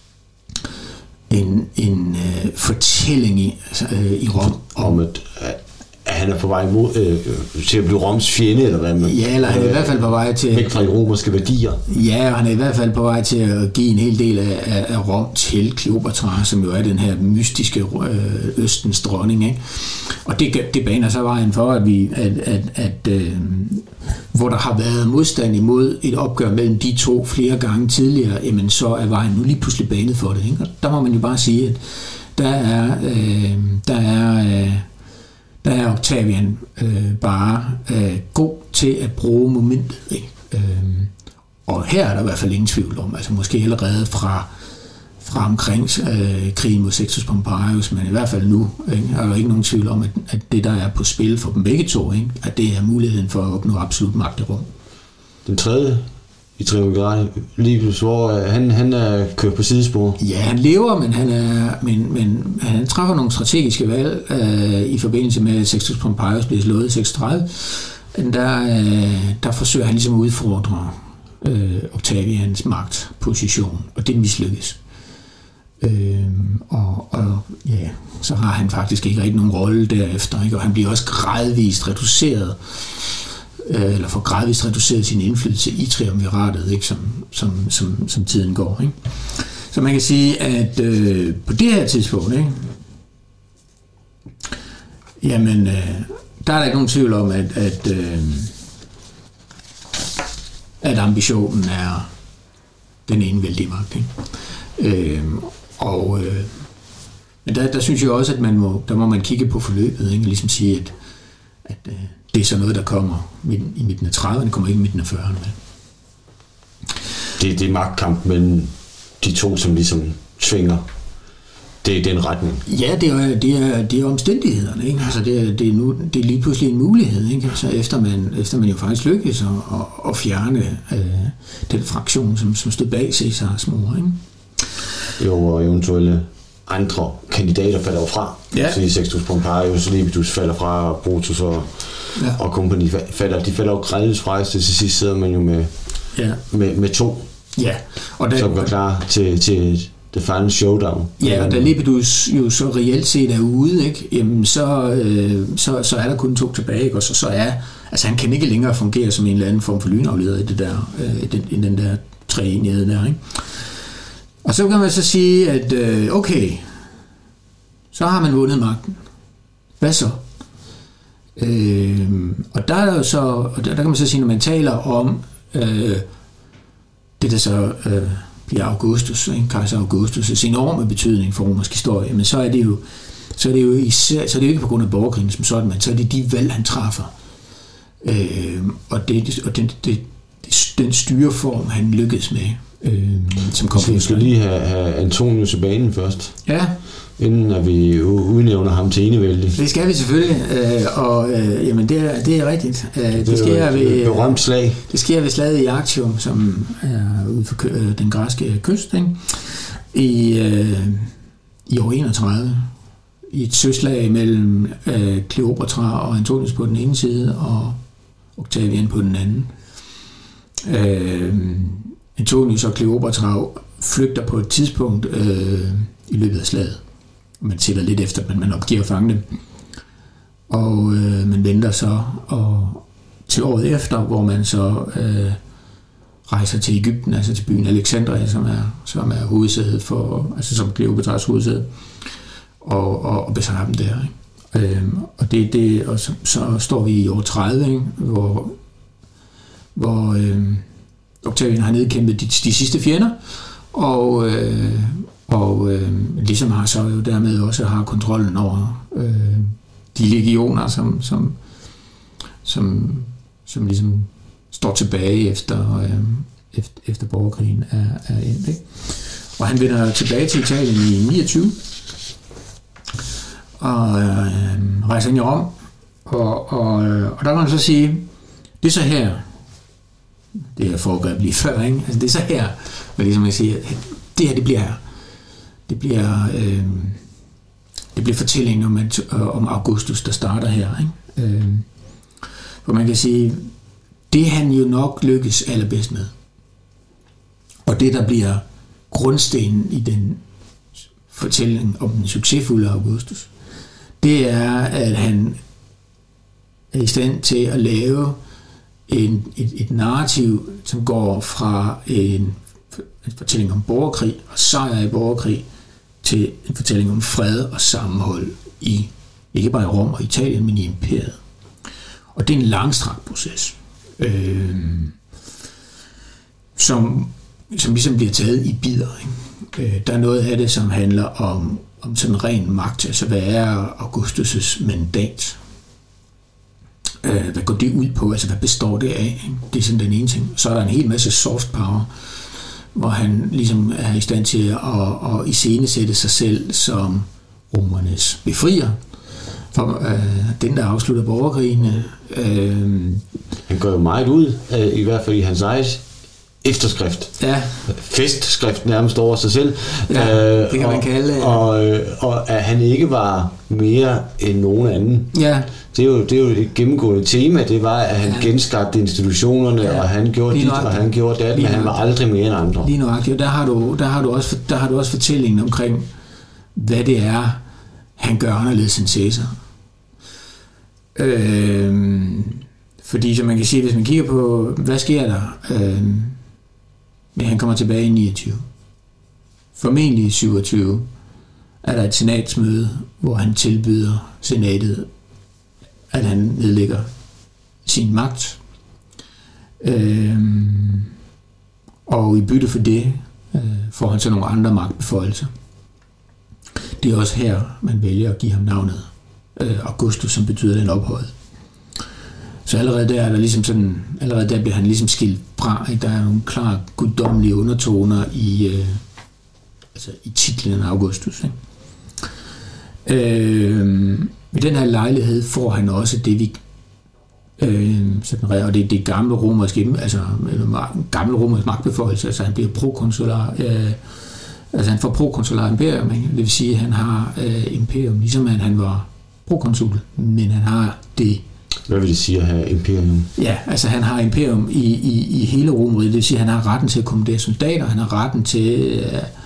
en fortælling i Rom
om at han er på vej mod, til at blive Roms fjende, eller hvad man...
Ja, eller han er i hvert fald på vej til...
Væk fra de romerske værdier.
Ja, og han er i hvert fald på vej til at give en hel del af Rom til Kleopatra, som jo er den her mystiske Østens dronning, ikke? Og det baner så vejen for, at hvor der har været modstand imod et opgør mellem de to flere gange tidligere, jamen så er vejen nu lige pludselig banet for det, ikke? Og der må man jo bare sige, at der er Octavian bare god til at bruge momentet, ikke? Og her er der i hvert fald ingen tvivl om, altså måske allerede fra omkring krigen mod Sextus Pompeius, men i hvert fald nu, ikke, er der ikke nogen tvivl om, at det der er på spil for dem begge to, ikke, at det er muligheden for at opnå absolut magt i Rom.
Den tredje i triumvirat, Livius, hvor han er kørt på sidespor.
Ja, han lever, men han træffer nogle strategiske valg i forbindelse med, at Sextus Pompeius bliver slået i 36. Der forsøger han ligesom at udfordre Octavians magtposition, og det mislykkes. Så har han faktisk ikke rigtig nogen rolle derefter, ikke? Og han bliver også gradvist reduceret, eller får gradvist reduceret sin indflydelse i triumviratet, ikke? Som tiden går, ikke? Så man kan sige, at på det her tidspunkt, ikke? Jamen, der er der ikke nogen tvivl om, at ambitionen er den enevældige magt. Ikke? Men der synes jeg også, at der må man kigge på forløbet, ikke? Ligesom sige, at det er så noget, der kommer i midten af 30'erne, det kommer ikke i midten af 40'erne.
Det er magtkamp mellem de to, som ligesom tvinger det i den retning.
Ja, det er omstændighederne, ikke? Altså det er lige pludselig en mulighed, ikke? Altså efter man jo faktisk lykkes at fjerne den fraktion, som stod bag Cæsars mor, ikke?
Jo, og eventuelle andre kandidater falder fra. Ja. Så Sextus Pompeius, Lepidus falder fra, og Brutus og company falder. De falder jo gradvist fra, så til sidst sidder man jo med to, som går klar til the final showdown.
Ja, og da Lepidus jo så reelt set er ude, ikke? Jamen så er der kun 2 tilbage, ikke? Og så er, altså han kan ikke længere fungere som en eller anden form for lynafleder i det der, i den der treenighed der, ikke? Og så kan man så sige, at okay, så har man vundet magten. Hvad så? Og der er jo så, og der kan man så sige, når man taler om det der så bliver Augustus, kejser Augustus' enorme betydning for romersk historie, men så er det jo ikke på grund af borgerkrigen som sådan, men så er det de valg han træffer, og den styreform han lykkedes med, som kom.
Vi skal lige have Antonius i banen først.
Ja.
Inden at vi udnævner ham til enevældig.
Det skal vi selvfølgelig, jamen det er rigtigt. Det sker ved
berømt slag.
Det sker ved slaget i Actium, som er ude for den græske kyst, ikke? I år 31. I et søslag mellem Kleopatra og Antonius på den ene side og Octavian på den anden. Antonius og Kleopatra flygter på et tidspunkt i løbet af slaget. Man sætter lidt efter, men man opgiver at fange dem. Og man venter så til året efter, hvor man så rejser til Egypten, altså til byen Alexandria, som er hovedsædet for, altså som Kleopatras hovedsæde, og besejrer dem der. Ikke? Og så står vi i år 30, ikke? Hvor Octavian har nedkæmpet de sidste fjender, og ligesom har så jo dermed også har kontrollen over de legioner, som ligesom står tilbage efter borgerkrigen er endt, ikke? Og han vender tilbage til Italien i 29 og rejser ind i Rom, og der kan man så sige, det er så her, det her foregreb lige før, ikke? Altså det er så her, hvor ligesom jeg siger, det her, det bliver fortællingen om Augustus, der starter her, ikke? Hvor man kan sige, det han jo nok lykkes allerbedst med, og det der bliver grundstenen i den fortælling om den succesfulde Augustus, det er, at han er i stand til at lave et narrativ, som går fra en fortælling om borgerkrig og sejr i borgerkrig til en fortælling om fred og sammenhold i, ikke bare i Rom og Italien, men i imperiet. Og det er en langstrakt proces, som ligesom bliver taget i bidder, ikke? Der er noget af det, som handler om sådan ren magt, altså hvad er Augustus' mandat? Hvad går det ud på? Altså hvad består det af? Ikke? Det er sådan den ene ting. Så er der en hel masse soft power, hvor han ligesom er i stand til at iscenesætte sig selv som romernes befrier. For den, der afslutter borgerkrigene.
Han går jo meget ud, i hvert fald i hans eget efterskrift.
Ja.
Festskrift nærmest over sig selv.
Ja, det kan man kalde.
Og at han ikke var mere end nogen anden.
Ja.
Det er jo et gennemgående tema, det var, at han genskabte institutionerne, og han gjorde dit, og han gjorde det, men han var aldrig mere end andre. Lige
nøjagtigt. Der har du også fortællingen omkring, hvad det er, han gør anderledes end Cæsar. Fordi, som man kan sige, hvis man kigger på, hvad sker der? Han kommer tilbage i 29. Formentlig i 27 er der et senatsmøde, hvor han tilbyder senatet at han nedlægger sin magt. Og i bytte for det får han så nogle andre magtbeføjelser. Det er også her, man vælger at give ham navnet Augustus, som betyder den ophøjet. Så allerede der er der ligesom sådan, allerede der bliver han ligesom skilt fra, ikke? Der er nogle klare guddommelige undertoner i titlen Augustus, ikke? Ved den her lejlighed får han også det, vi og det er gamle romerske, gamle romerske magtbeføjelse, altså han bliver prokonsular, han får prokonsular imperium, ikke? Det vil sige, at han har imperium, ligesom han var prokonsul, men han har det.
Hvad vil det sige at have imperium?
Ja, altså han har imperium i hele Romerriget, det vil sige, at han har retten til at kommandere soldater, han har retten til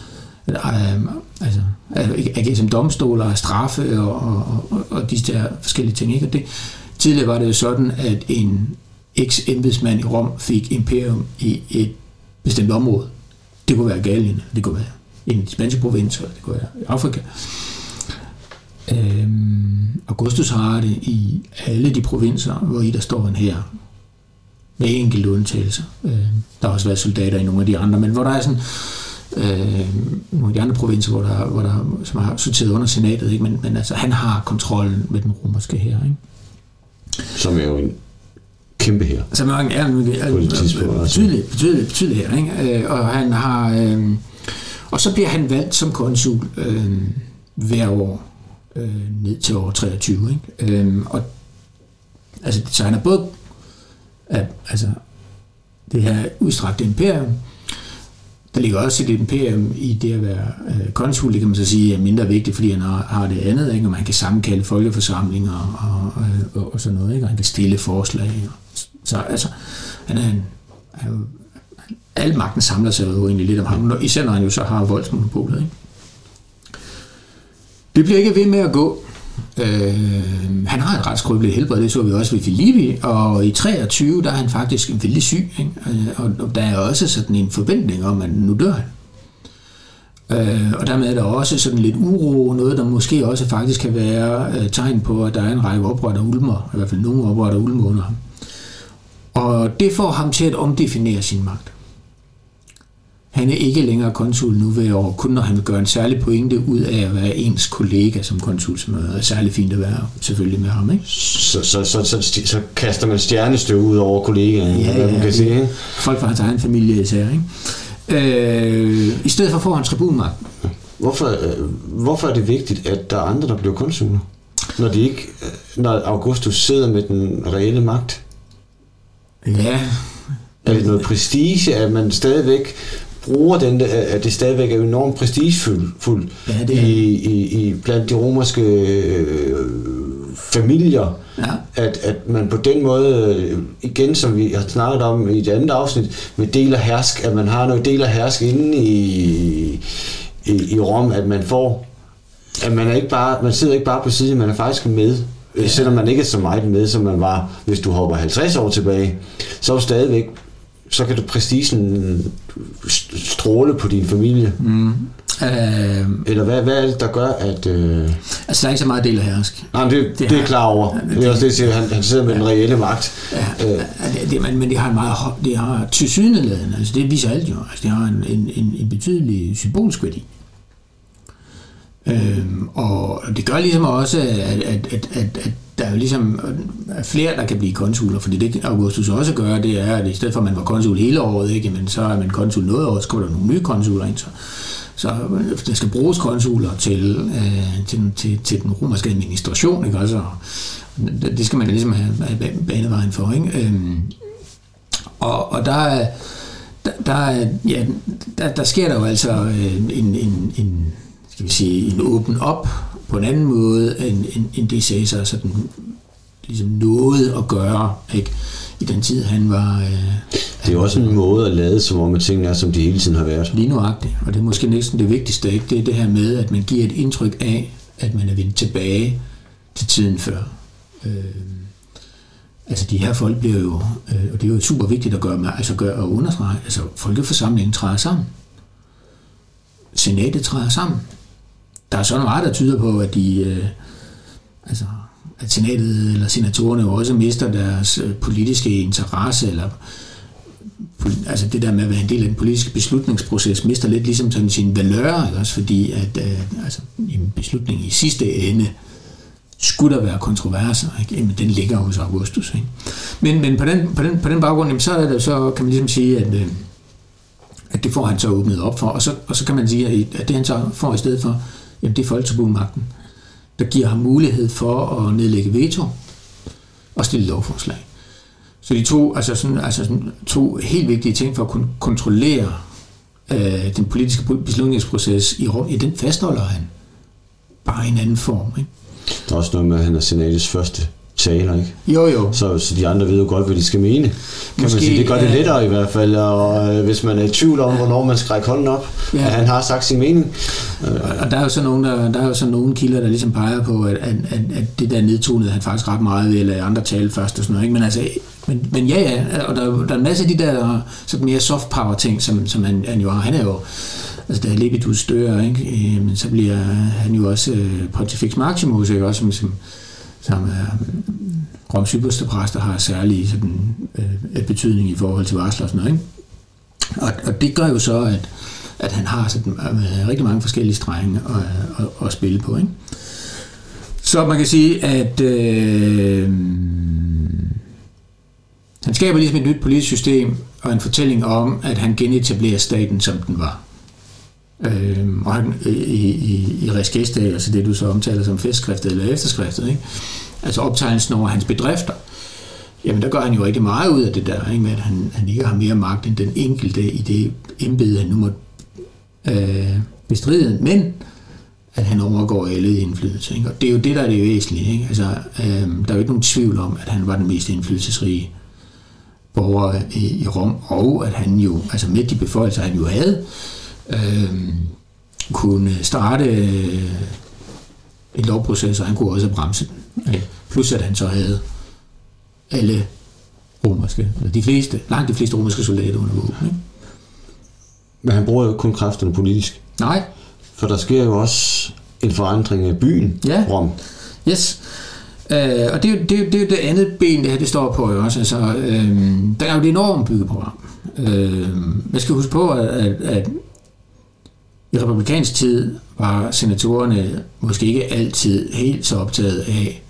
agere som domstoler og straffe og de der forskellige ting, ikke? Og det, tidligere var det jo sådan, at en eks-embedsmand i Rom fik imperium i et bestemt område. Det kunne være Gallien, det kunne være en af de spanske provinser, det kunne være i Afrika. Augustus har det i alle de provinser, hvor i der står en hær. Med enkelte undtagelser. Der har også været soldater i nogle af de andre, men hvor der er sådan nogle af de andre provinser, hvor der som har sorteret under senatet, ikke? Men altså, han har kontrollen med den romerske hær, ikke?
Som er jo en kæmpe hær.
Som er betydelig hær, ikke? Og han har og så bliver han valgt som konsul hver år ned til år 23, ikke? Og altså, så han er både det her udstrakte imperium. Der ligger også et imperium i det at være konsul, det kan man så sige er mindre vigtigt, fordi han har det andet, ikke? Og man kan sammenkalde folkeforsamlinger og sådan noget, ikke? Og han kan stille forslag. Så altså, al magten samler sig jo egentlig lidt om ham, især når han jo så har voldsmonopolet, ikke? Det bliver ikke ved med at gå. Han har et ret skrøbeligt helbred, det så vi også ved Filippi, og i 23, der er han faktisk vældig syg, ikke? Og der er også sådan en forventning om, at nu dør han. Og dermed er der også sådan lidt uro, noget der måske også faktisk kan være tegn på, at der er en række oprør, der ulmer, i hvert fald nogle oprør, der ulmer under ham. Og det får ham til at omdefinere sin magt. Han er ikke længere konsul nu hver år, kun når han vil gøre en særlig pointe ud af at være ens kollega som konsul, som er særlig fint at være selvfølgelig med ham, ikke?
Så kaster man stjernestøv ud over kollegaen, hvad man kan sige, ikke?
Folk fra hans egen familie især, ikke? I stedet for får han tribunmagt.
Hvorfor er det vigtigt, at der er andre, der bliver konsuler, når Augustus sidder med den reelle magt?
Ja.
Er det noget prestige, at man stadigvæk bruger den, at det stadigvæk er enormt prestigefuldt i blandt de romerske familier, at man på den måde, igen som vi har snakket om i det andet afsnit, med del af hersk, at man har noget del af hersk inde i Rom, at man får, at man er ikke bare, man sidder ikke bare på siden, man er faktisk med. Selvom man ikke er så meget med, som man var, hvis du hopper 50 år tilbage, så er du stadigvæk, så kan du prestigen stråle på din familie. Eller hvad er det, der gør, at...
Altså, der er ikke så meget del af hersk.
Nej, men det er klar over. Det er også det, at han sidder med den reelle magt.
Men det har en meget... Det har tilsyneladende, altså det viser alt jo. Altså, det har en betydelig symbolsk værdi. Og det gør ligesom også, at der er jo ligesom flere, der kan blive konsuler, fordi det Augustus også gør, det er, at i stedet for at man var konsul hele året, ikke, men så er man konsul noget år, så kommer der nogle nye konsuler ind, så der skal bruges konsuler til den romerske administration, ikke også? Det skal man ligesom have banevejen for, ikke? Og der sker der jo altså en skal vi sige, en åben op på en anden måde, end det Caesar sådan ligesom nåede at gøre, ikke? I den tid, han var...
det er jo også en måde at lade, som om at tingene er, som de hele tiden har været.
Lige nuagtigt, og det er måske næsten det vigtigste, ikke? Det er det her med, at man giver et indtryk af, at man er vendt tilbage til tiden før. Altså de her folk bliver jo, og det er jo super vigtigt at gøre og understrege, altså folkeforsamlingen træder sammen. Senatet træder sammen. Der er sådan meget, der tyder på, at de at senatet eller senatorerne jo også mister deres politiske interesse, eller altså det der med at være en del af den politiske beslutningsproces, mister lidt ligesom sådan sin valør, ikke? Også fordi at altså, en beslutning i sidste ende skulle der være kontroverser, ikke? Jamen, den ligger hos Augustus. Ikke? Men på den baggrund, jamen, så kan man ligesom sige, at det får han så åbnet op for, og så kan man sige, at det han så får i stedet for, jamen, det er folketribunmagten, der giver ham mulighed for at nedlægge veto og stille lovforslag. Så de to helt vigtige ting for at kunne kontrollere den politiske beslutningsproces i Rom, den fastholder han bare i en anden form. Ikke?
Der er også noget med, at han er senatets første taler, ikke?
Jo.
Så de andre ved jo godt, hvad de skal mene. Kan måske, man sige, det gør det lettere i hvert fald, og hvis man er i tvivl om, hvornår man skal række hånden op, at han har sagt sin mening.
Og der er jo så nogle kilder, der ligesom peger på, at det der nedtonede han faktisk ret meget ved at lade andre tale først og sådan noget, ikke? Men altså, men ja, og der er en masse af de der sådan mere soft power ting, som han jo har. Han er jo, altså da Lepidus dør, ikke? Men så bliver han jo også Pontifex Maximus, ikke? Også som Roms ypperste præster har særlig sådan, betydning i forhold til varsler og sådan noget, ikke? Og det gør jo så, at han har sådan, rigtig mange forskellige strenge at spille på, ikke? Så man kan sige, at han skaber ligesom et nyt politisk system og en fortælling om, at han genetablerer staten, som den var. Og han, i res gestae, altså det du så omtaler som festskriftet eller efterskriftet, ikke? Altså optegnelsen over hans bedrifter, jamen der gør han jo rigtig meget ud af det der, ikke? Med at han ikke har mere magt end den enkelte i det embede, han nu må bestride, men at han overgår alle indflydelse, ikke? Og det er jo det, der er det væsentlige, ikke? Altså, der er jo ikke nogen tvivl om, at han var den mest indflydelsesrige borger i Rom, og at han jo, altså med de beføjelser, han jo havde, kunne starte en lovproces, og han kunne også bremse den. Okay. Plus at han så havde alle romerske, eller langt de fleste romerske soldater under våben. Ikke?
Men han bruger jo kun kræfterne politisk.
Nej.
For der sker jo også en forandring af byen, Rom.
Yes. Og det er jo det andet ben, det her det står på jo også. Altså, der er jo et enormt byggeprogram. Man skal huske på, at i republikansk tid var senatorerne måske ikke altid helt så optaget af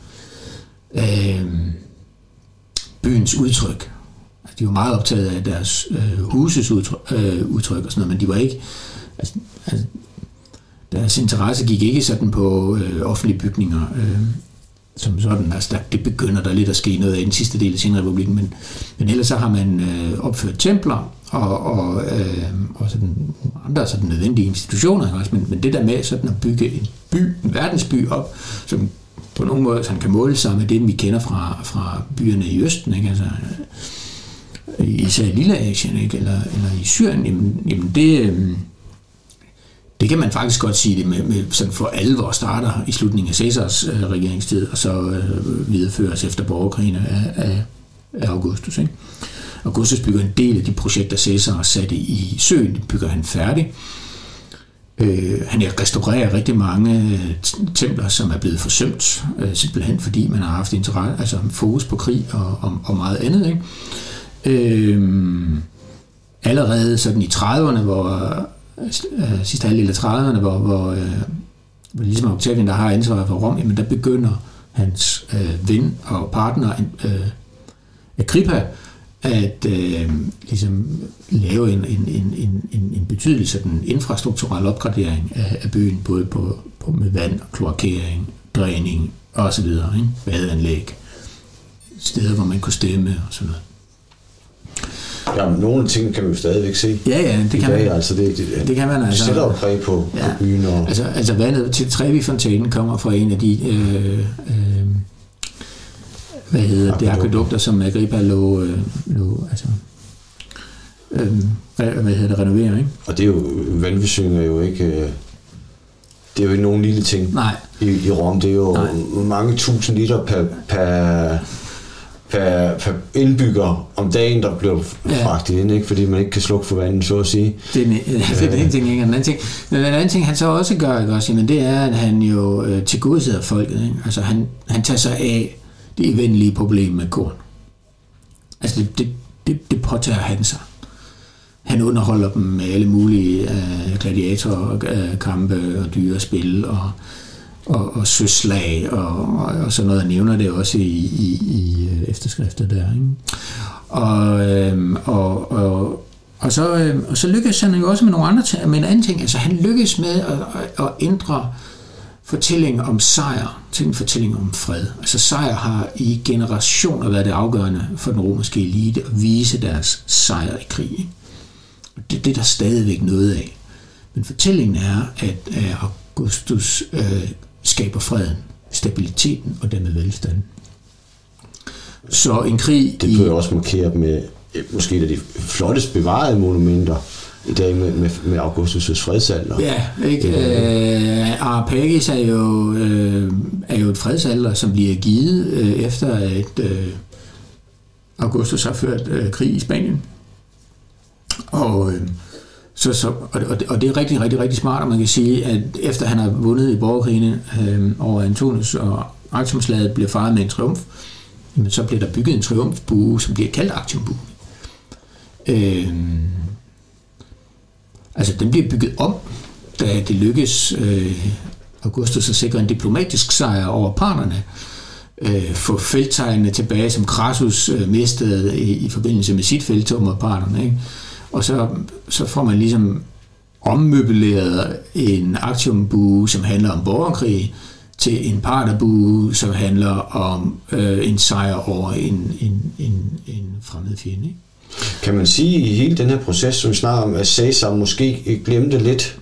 byens udtryk. Altså, de var meget optaget af deres huses udtryk og sådan noget, men de var ikke... Altså, deres interesse gik ikke sådan på offentlige bygninger som sådan. Altså, det begynder der lidt at ske noget af i den sidste del af senrepublikken, men ellers så har man opført templer og sådan andre sådan nødvendige institutioner også, men det der med sådan at bygge en verdensby op, som på nogen måde sådan kan måle sig med det, vi kender fra byerne i Østen, ikke? Altså, især i Lilleasien, ikke? Eller i Syrien, jamen det kan man faktisk godt sige det med sådan for alvor starter i slutningen af Caesars regeringstid, og så videreføres efter borgerkrigen af Augustus. Ikke? Augustus bygger en del af de projekter, Caesar satte i søen, bygger han færdig. Han restaurerer rigtig mange templer, som er blevet forsømt, simpelthen fordi man har haft interesse, altså fokus på krig og meget andet. Ikke? Allerede sådan i 30'erne, hvor sidste halvdel af 30'erne, hvor ligesom Octavian, der har ansvaret for Rom, jamen der begynder hans ven og partner Agrippa at ligesom lave en betydelig sådan infrastrukturel opgradering af byen, både på med vand, kloakering, dræning og så videre, ikke? Badeanlæg, steder, hvor man kunne stemme og sådan noget.
Ja, men nogle ting kan man jo stadigvæk se.
Ja, det kan man.
Altså
det kan man altså.
Det sætter jo præg på byen. Og...
Altså vandet til Trevi-fontænen kommer fra en af de det akvædukter, som Agrippa lå altså renovere, ikke?
Og det er jo vandforsyning er jo ikke det er jo ikke nogen lille ting.
Nej.
I Rom, det er jo mange tusind liter per indbygger om dagen, der bliver fragtet ind, ikke? Fordi man ikke kan slukke for vandet, så at sige.
Det er den ene ting, ikke? Den anden ting, men den anden ting, han så også gør, ikke også, jamen, det er, at han jo tilgodeser folket, ikke? Altså han tager sig af det evindelige problem med korn. Altså det påtager han sig. Han underholder dem med alle mulige gladiatorkampe og dyrespil og søslag og sådan noget. Jeg nævner det også i efterskrifter der, ikke? Og så lykkes han jo også med nogle andre ting, med en anden ting. Altså han lykkes med at ændre fortælling om sejr til en fortælling om fred. Altså sejr har i generationer været det afgørende for den romerske elite at vise deres sejr i krig. Det er der stadigvæk noget af. Men fortællingen er, at Augustus skaber freden, stabiliteten og dermed velstanden. Så en krig...
Det blev også markeret med måske et af de flottest bevarede monumenter i dag med Augustus' fredsalder.
Ja, ikke? Arapagis er jo et fredsalder, som bliver givet efter at Augustus har ført krig i Spanien. Og det er rigtig, rigtig, rigtig smart, og man kan sige, at efter han har vundet i borgerkrigene over Antonius og Actiumslaget bliver fejret med en triumf, men så bliver der bygget en triumfbue, som bliver kaldt Actiumbuen. Altså den bliver bygget om, da det lykkes Augustus at sikre en diplomatisk sejr over parterne, få felttegnene tilbage, som Crassus mistede i forbindelse med sit felttog mod parterne, ikke? Og så får man ligesom ommøbleret en Actiumbue, som handler om borgerkrig, til en parterbue, som handler om en sejr over en fremmed fjende, ikke?
Kan man sige i hele den her proces, som vi snakker om, at Caesar måske glemte lidt,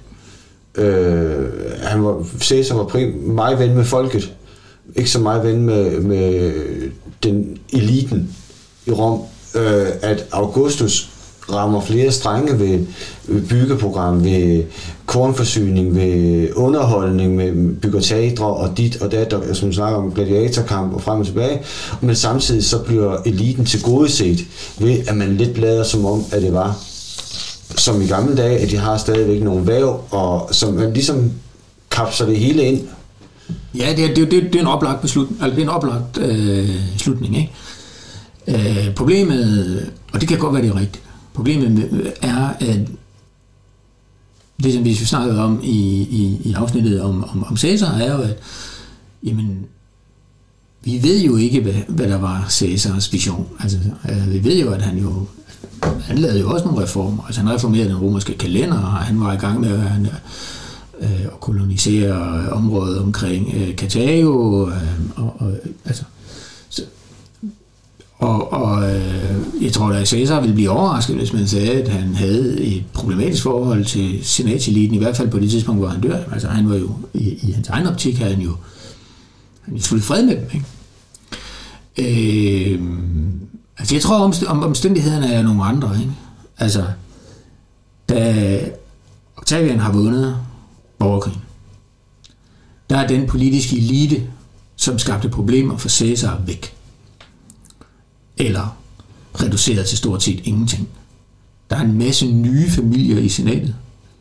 Caesar var meget ven med folket, ikke så meget ven med den eliten i Rom, at Augustus rammer flere strenge ved byggeprogram, ved kornforsyning, ved underholdning, med bygger teatre og dit og dat, som snakker om gladiatorkamp og frem og tilbage, men samtidig så bliver eliten tilgodeset ved, at man lidt lader som om, at det var som i gamle dage, at de har stadigvæk nogle væv, og som man ligesom kapsler det hele ind.
Ja, det er en oplagt beslutning, altså det er en oplagt slutning, ikke? Problemet, og det kan godt være, det er rigtigt, problemet er, at det, som vi snakkede om i afsnittet om Caesar, er jo, at jamen, vi ved jo ikke, hvad der var Caesars vision. Altså, vi ved jo, at han lavede jo også nogle reformer. Altså, han reformerede den romerske kalender, og han var i gang med at kolonisere området omkring Karthago, Og jeg tror, at Caesar ville blive overrasket, hvis man sagde, at han havde et problematisk forhold til senatseliten, i hvert fald på det tidspunkt, hvor han dør. Altså han var jo, i hans egen optik, havde han jo sluttet fred med dem, ikke? Altså jeg tror, omstændighederne er nogle andre, ikke? Altså, da Octavian har vundet borgerkrigen, der er den politiske elite, som skabte problemer for Caesar, væk. Eller reduceret til stort set ingenting. Der er en masse nye familier i senatet.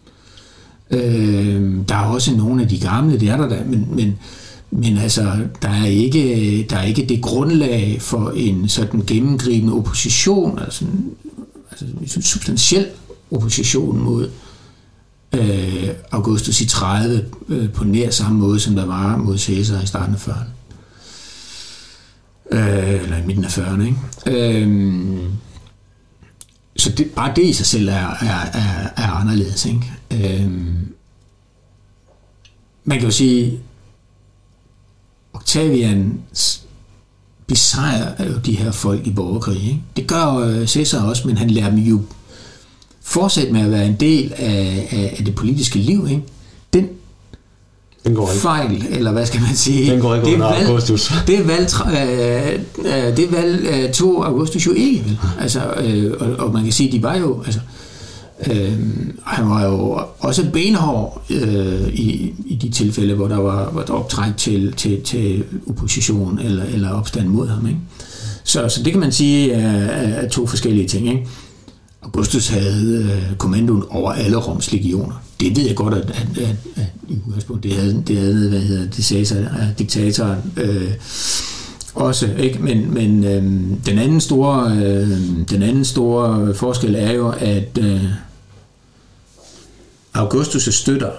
Der er også nogle af de gamle, det er der, men altså, der er ikke det grundlag for en sådan gennemgribende opposition, altså en substantiel opposition mod Augustus i 30 på nær samme måde, som der var mod Caesar i starten af 40'erne. Eller i midten af 40'erne, ikke? Så bare det i sig selv er anderledes, ikke? Man kan jo sige, Octavian besejrer jo de her folk i borgerkrig, ikke? Det gør Caesar også, men han lærer dem jo fortsætte med at være en del af det politiske liv, ikke? Den fejl, eller hvad skal man sige,
den går ikke under Augustus.
Det valg tog Augustus jo ikke, vel? Altså, og man kan sige, de var jo, altså, han var jo også benhård i de tilfælde, hvor der var optræk til opposition eller opstand mod ham, ikke? Så det kan man sige er to forskellige ting, ikke? Augustus havde kommandoen over alle Roms legioner. Det ved jeg godt, at i udgangspunktet det havde hvad hedder det, Caesar, diktatoren også, ikke? Men den anden store forskel er jo, at Augustus' støtter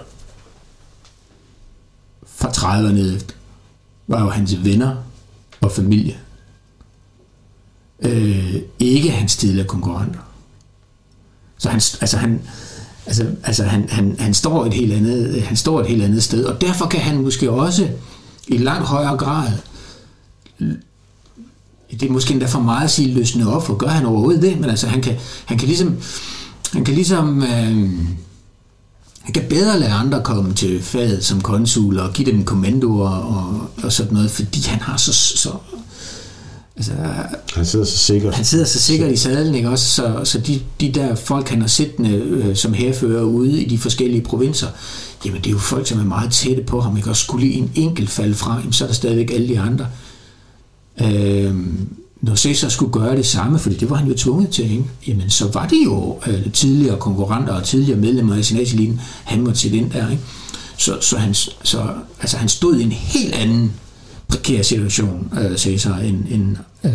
fra 30'erne ned efter var jo hans venner og familie. Ikke hans tidligere konkurrenter. Så han står et helt andet sted, og derfor kan han måske også i langt højere grad, det er måske endda for meget at sige løsne op, for gør han overhovedet det, men altså han kan bedre lade andre komme til fadet som konsul og give dem kommandoer og sådan noget, fordi han har så altså,
han sidder så sikkert
i sadlen, ikke også? Så de der folk, han har siddende som hærfører ude i de forskellige provinser, jamen det er jo folk, som er meget tætte på ham, ikke? Og skulle en enkelt falde fra, jamen, så er der stadigvæk alle de andre. Når Caesar skulle gøre det samme, fordi det var han jo tvunget til, ikke? Jamen så var det jo tidligere konkurrenter og tidligere medlemmer af senatseliten, han måtte sætte ind der, ikke? Så han stod i en helt anden prekær situation, Caesar, end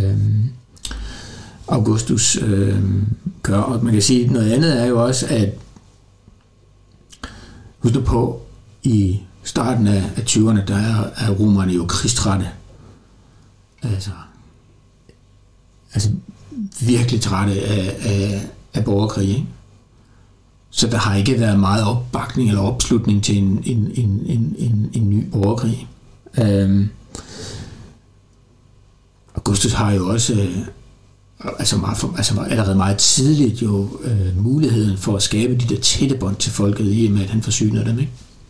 Augustus gør. Og man kan sige, at noget andet er jo også, at husk nu på, i starten af 20'erne, der er romerne jo krigstrætte. Altså virkelig trætte af borgerkrig, ikke? Så der har ikke været meget opbakning eller opslutning til en ny borgerkrig. Augustus har jo også allerede meget tidligt jo muligheden for at skabe de der tætte bånd til folket, i og med at han forsyner dem, ikke?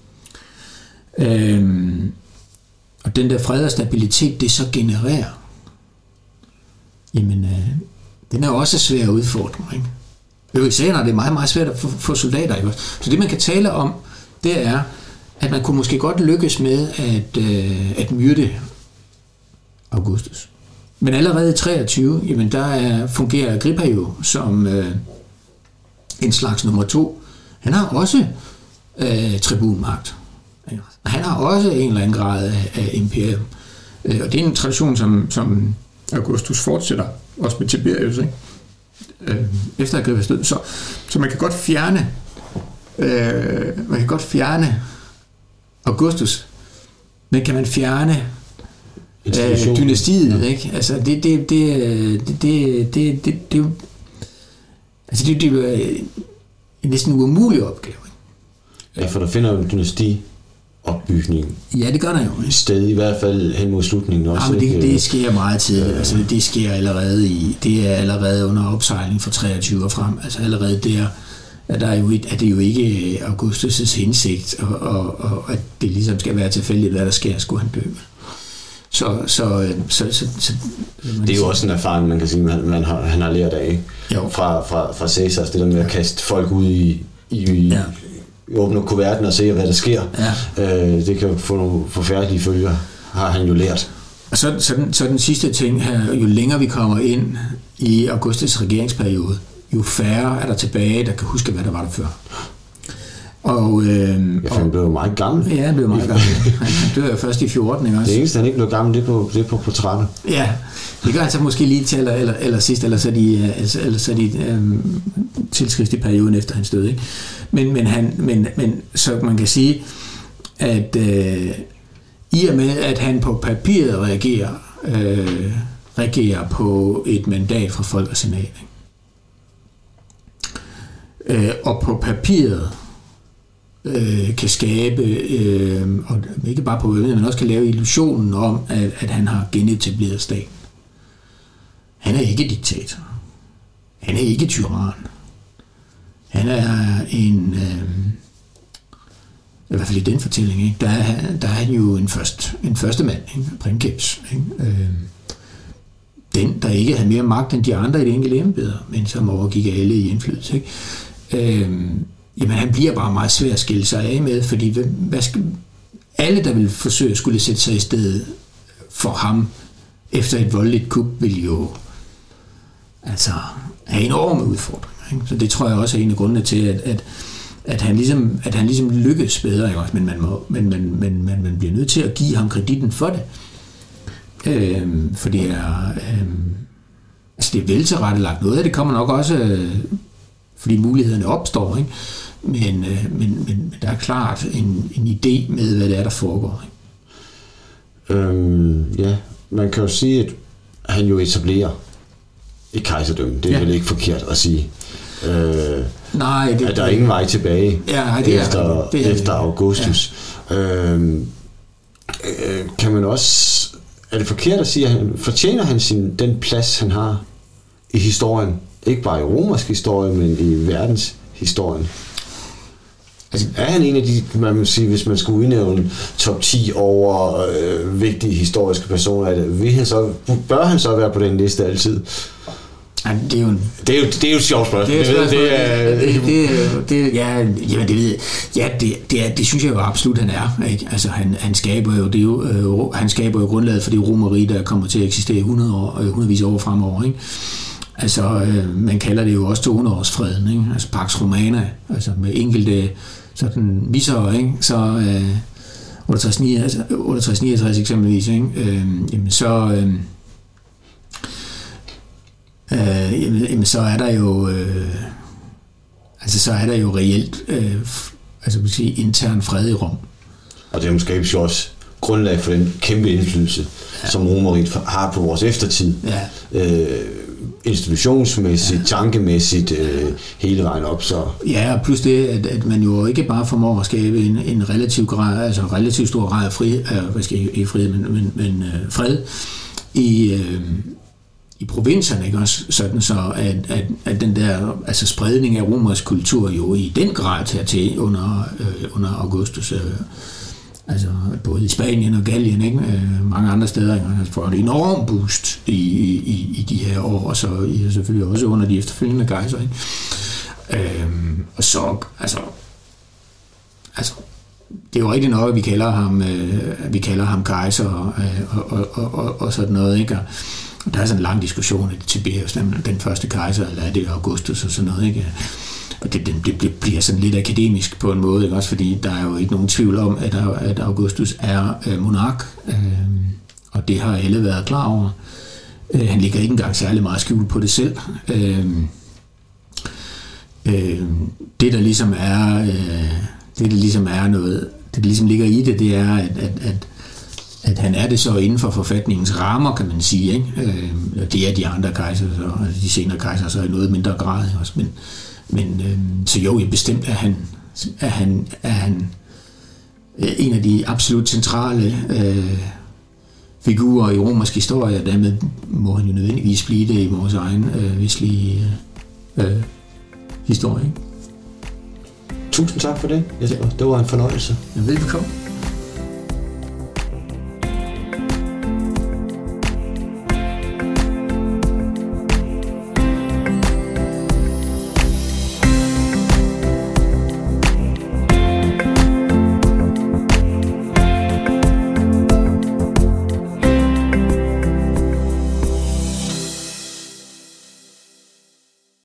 Og den der fred og stabilitet, det så genererer, jamen den er jo også svær at udfordre, ikke? Især når det er meget, meget svært at få soldater, ikke? Så det man kan tale om, det er, at man kunne måske godt lykkes med at myrde Augustus. Men allerede i 23, jamen fungerer Agrippa jo som en slags nummer 2. Han har også tribunmagt. Han har også en eller anden grad af imperium. Og det er en tradition, som Augustus fortsætter, også med Tiberius, ikke? Efter Agrippas død. Så man kan godt fjerne Augustus, men kan man fjerne dynastiet, ikke? Altså det er jo en næsten umulig opgave, ikke?
Ja, for der finder jo en dynastiopbygning.
Ja, det gør der jo.
Sted i hvert fald hen mod slutningen også.
Ja, men det sker meget tidligt. Altså det sker allerede under opsejling fra 23 og frem. Altså allerede der er det jo ikke Augustus' hensigt, og at det ligesom skal være tilfældigt, hvad der sker, skulle han dø. Så
det er jo også en erfaring, man kan sige, han har lært af, ikke? Fra Caesars, det der med at kaste folk ud i åbne kuverten og se, hvad der sker. Ja. Det kan jo få nogle forfærdelige følger, har han jo lært.
Og så den sidste ting her, jo længere vi kommer ind i Augustus' regeringsperiode, jo færre er der tilbage, der kan huske, hvad der var der før.
Han blev meget gammel.
Ja, han blev meget gammel. Han dør jo først i 14, ikke også?
Det eneste, han ikke blev gammel, det er på portrættet.
Ja, det gør han så måske lige til eller sidst, eller så er de tilskrift i perioden efter hans død, ikke? Men så man kan sige, at i og med, at han på papiret reagerer på et mandat fra folk og senat, og på papiret kan skabe, og ikke bare på øvrigt, men også kan lave illusionen om, at han har genetableret staten. Han er ikke diktator. Han er ikke tyran. Han er en, i hvert fald i den fortælling, ikke? Der er han jo en første mand, ikke? Princeps, ikke? Den, der ikke havde mere magt end de andre i det enkelte embede, men som overgik alle i indflydelse, ikke? Jamen han bliver bare meget svær at skille sig af med, fordi alle, der vil forsøge, skulle sætte sig i stedet for ham, efter et voldeligt kup ville jo altså have enorme udfordringer. Ikke? Så det tror jeg også er en af grundene til, at han ligesom lykkes bedre, ikke? Men man bliver nødt til at give ham kreditten for det. For det er altså det er veltilrettelagt. Noget af det kommer nok også fordi mulighederne opstår, ikke? Men der er klart en idé med, hvad det er, der foregår.
Ja, man kan jo sige, at han jo etablerer et kejserdømme. Det er vel ikke forkert at sige.
Nej,
at der er ingen vej tilbage efter Augustus. Ja. Kan man også... Er det forkert at sige, at fortjener han den plads, han har i historien? Ikke bare i romersk historie, men i verdenshistorien. Altså, er han en af de, man må sige, hvis man skulle udnævne top 10 over vigtige historiske personer, bør han så være på den liste altid?
Ja, det er jo
et sjovt spørgsmål.
Det synes jeg jo absolut han er. Ikke? Altså han skaber jo grundlaget for det romerige, der kommer til at eksistere i 100-vis år fremover. Ikke? Altså man kalder det jo også 200-årsfreden, ikke? Altså Pax Romana, altså med enkelte sådan misser, ikke? Så 68-69 eksempelvis, ikke? Så er der jo så er der jo reelt intern fred i Rom.
Og det skabes jo også grundlag for den kæmpe indflydelse, som Romeriet har på vores eftertid. Ja. Institutionsmæssigt, tankemæssigt, hele vejen op. Så.
Ja, og plus det, at man jo ikke bare formår at skabe en relativt stor grad af fred i provinserne, ikke også? Sådan så, at den der spredning af romersk kultur jo i den grad tager til under Augustus. Både i Spanien og Gallien, ikke? Mange andre steder, ikke? Altså får et enormt boost i de her år, og så selvfølgelig også under de efterfølgende kejser, ikke? Og så, det er jo rigtigt nok, at vi kalder ham kejser og sådan noget, ikke? Og der er sådan en lang diskussion af Tiberius, den første kejser, eller er det Augustus og sådan noget, ikke? Og det bliver sådan lidt akademisk på en måde, ikke? Også fordi der er jo ikke nogen tvivl om, at Augustus er monark, og det har alle været klar over. Han ligger ikke engang særlig meget skjult på det selv. Det der ligesom ligger i det er, at han er det så inden for forfatningens rammer, kan man sige, ikke? Det er de andre kejser, altså de senere kejser, så i noget mindre grad, ikke? Også, men så jo, bestemt er han en af de absolut centrale figurer i romersk historie, og dermed må han jo nødvendigvis blive det i vores egen vestlige historie.
Tusind tak for det, Jesper. Det var en fornøjelse.
Velbekomme.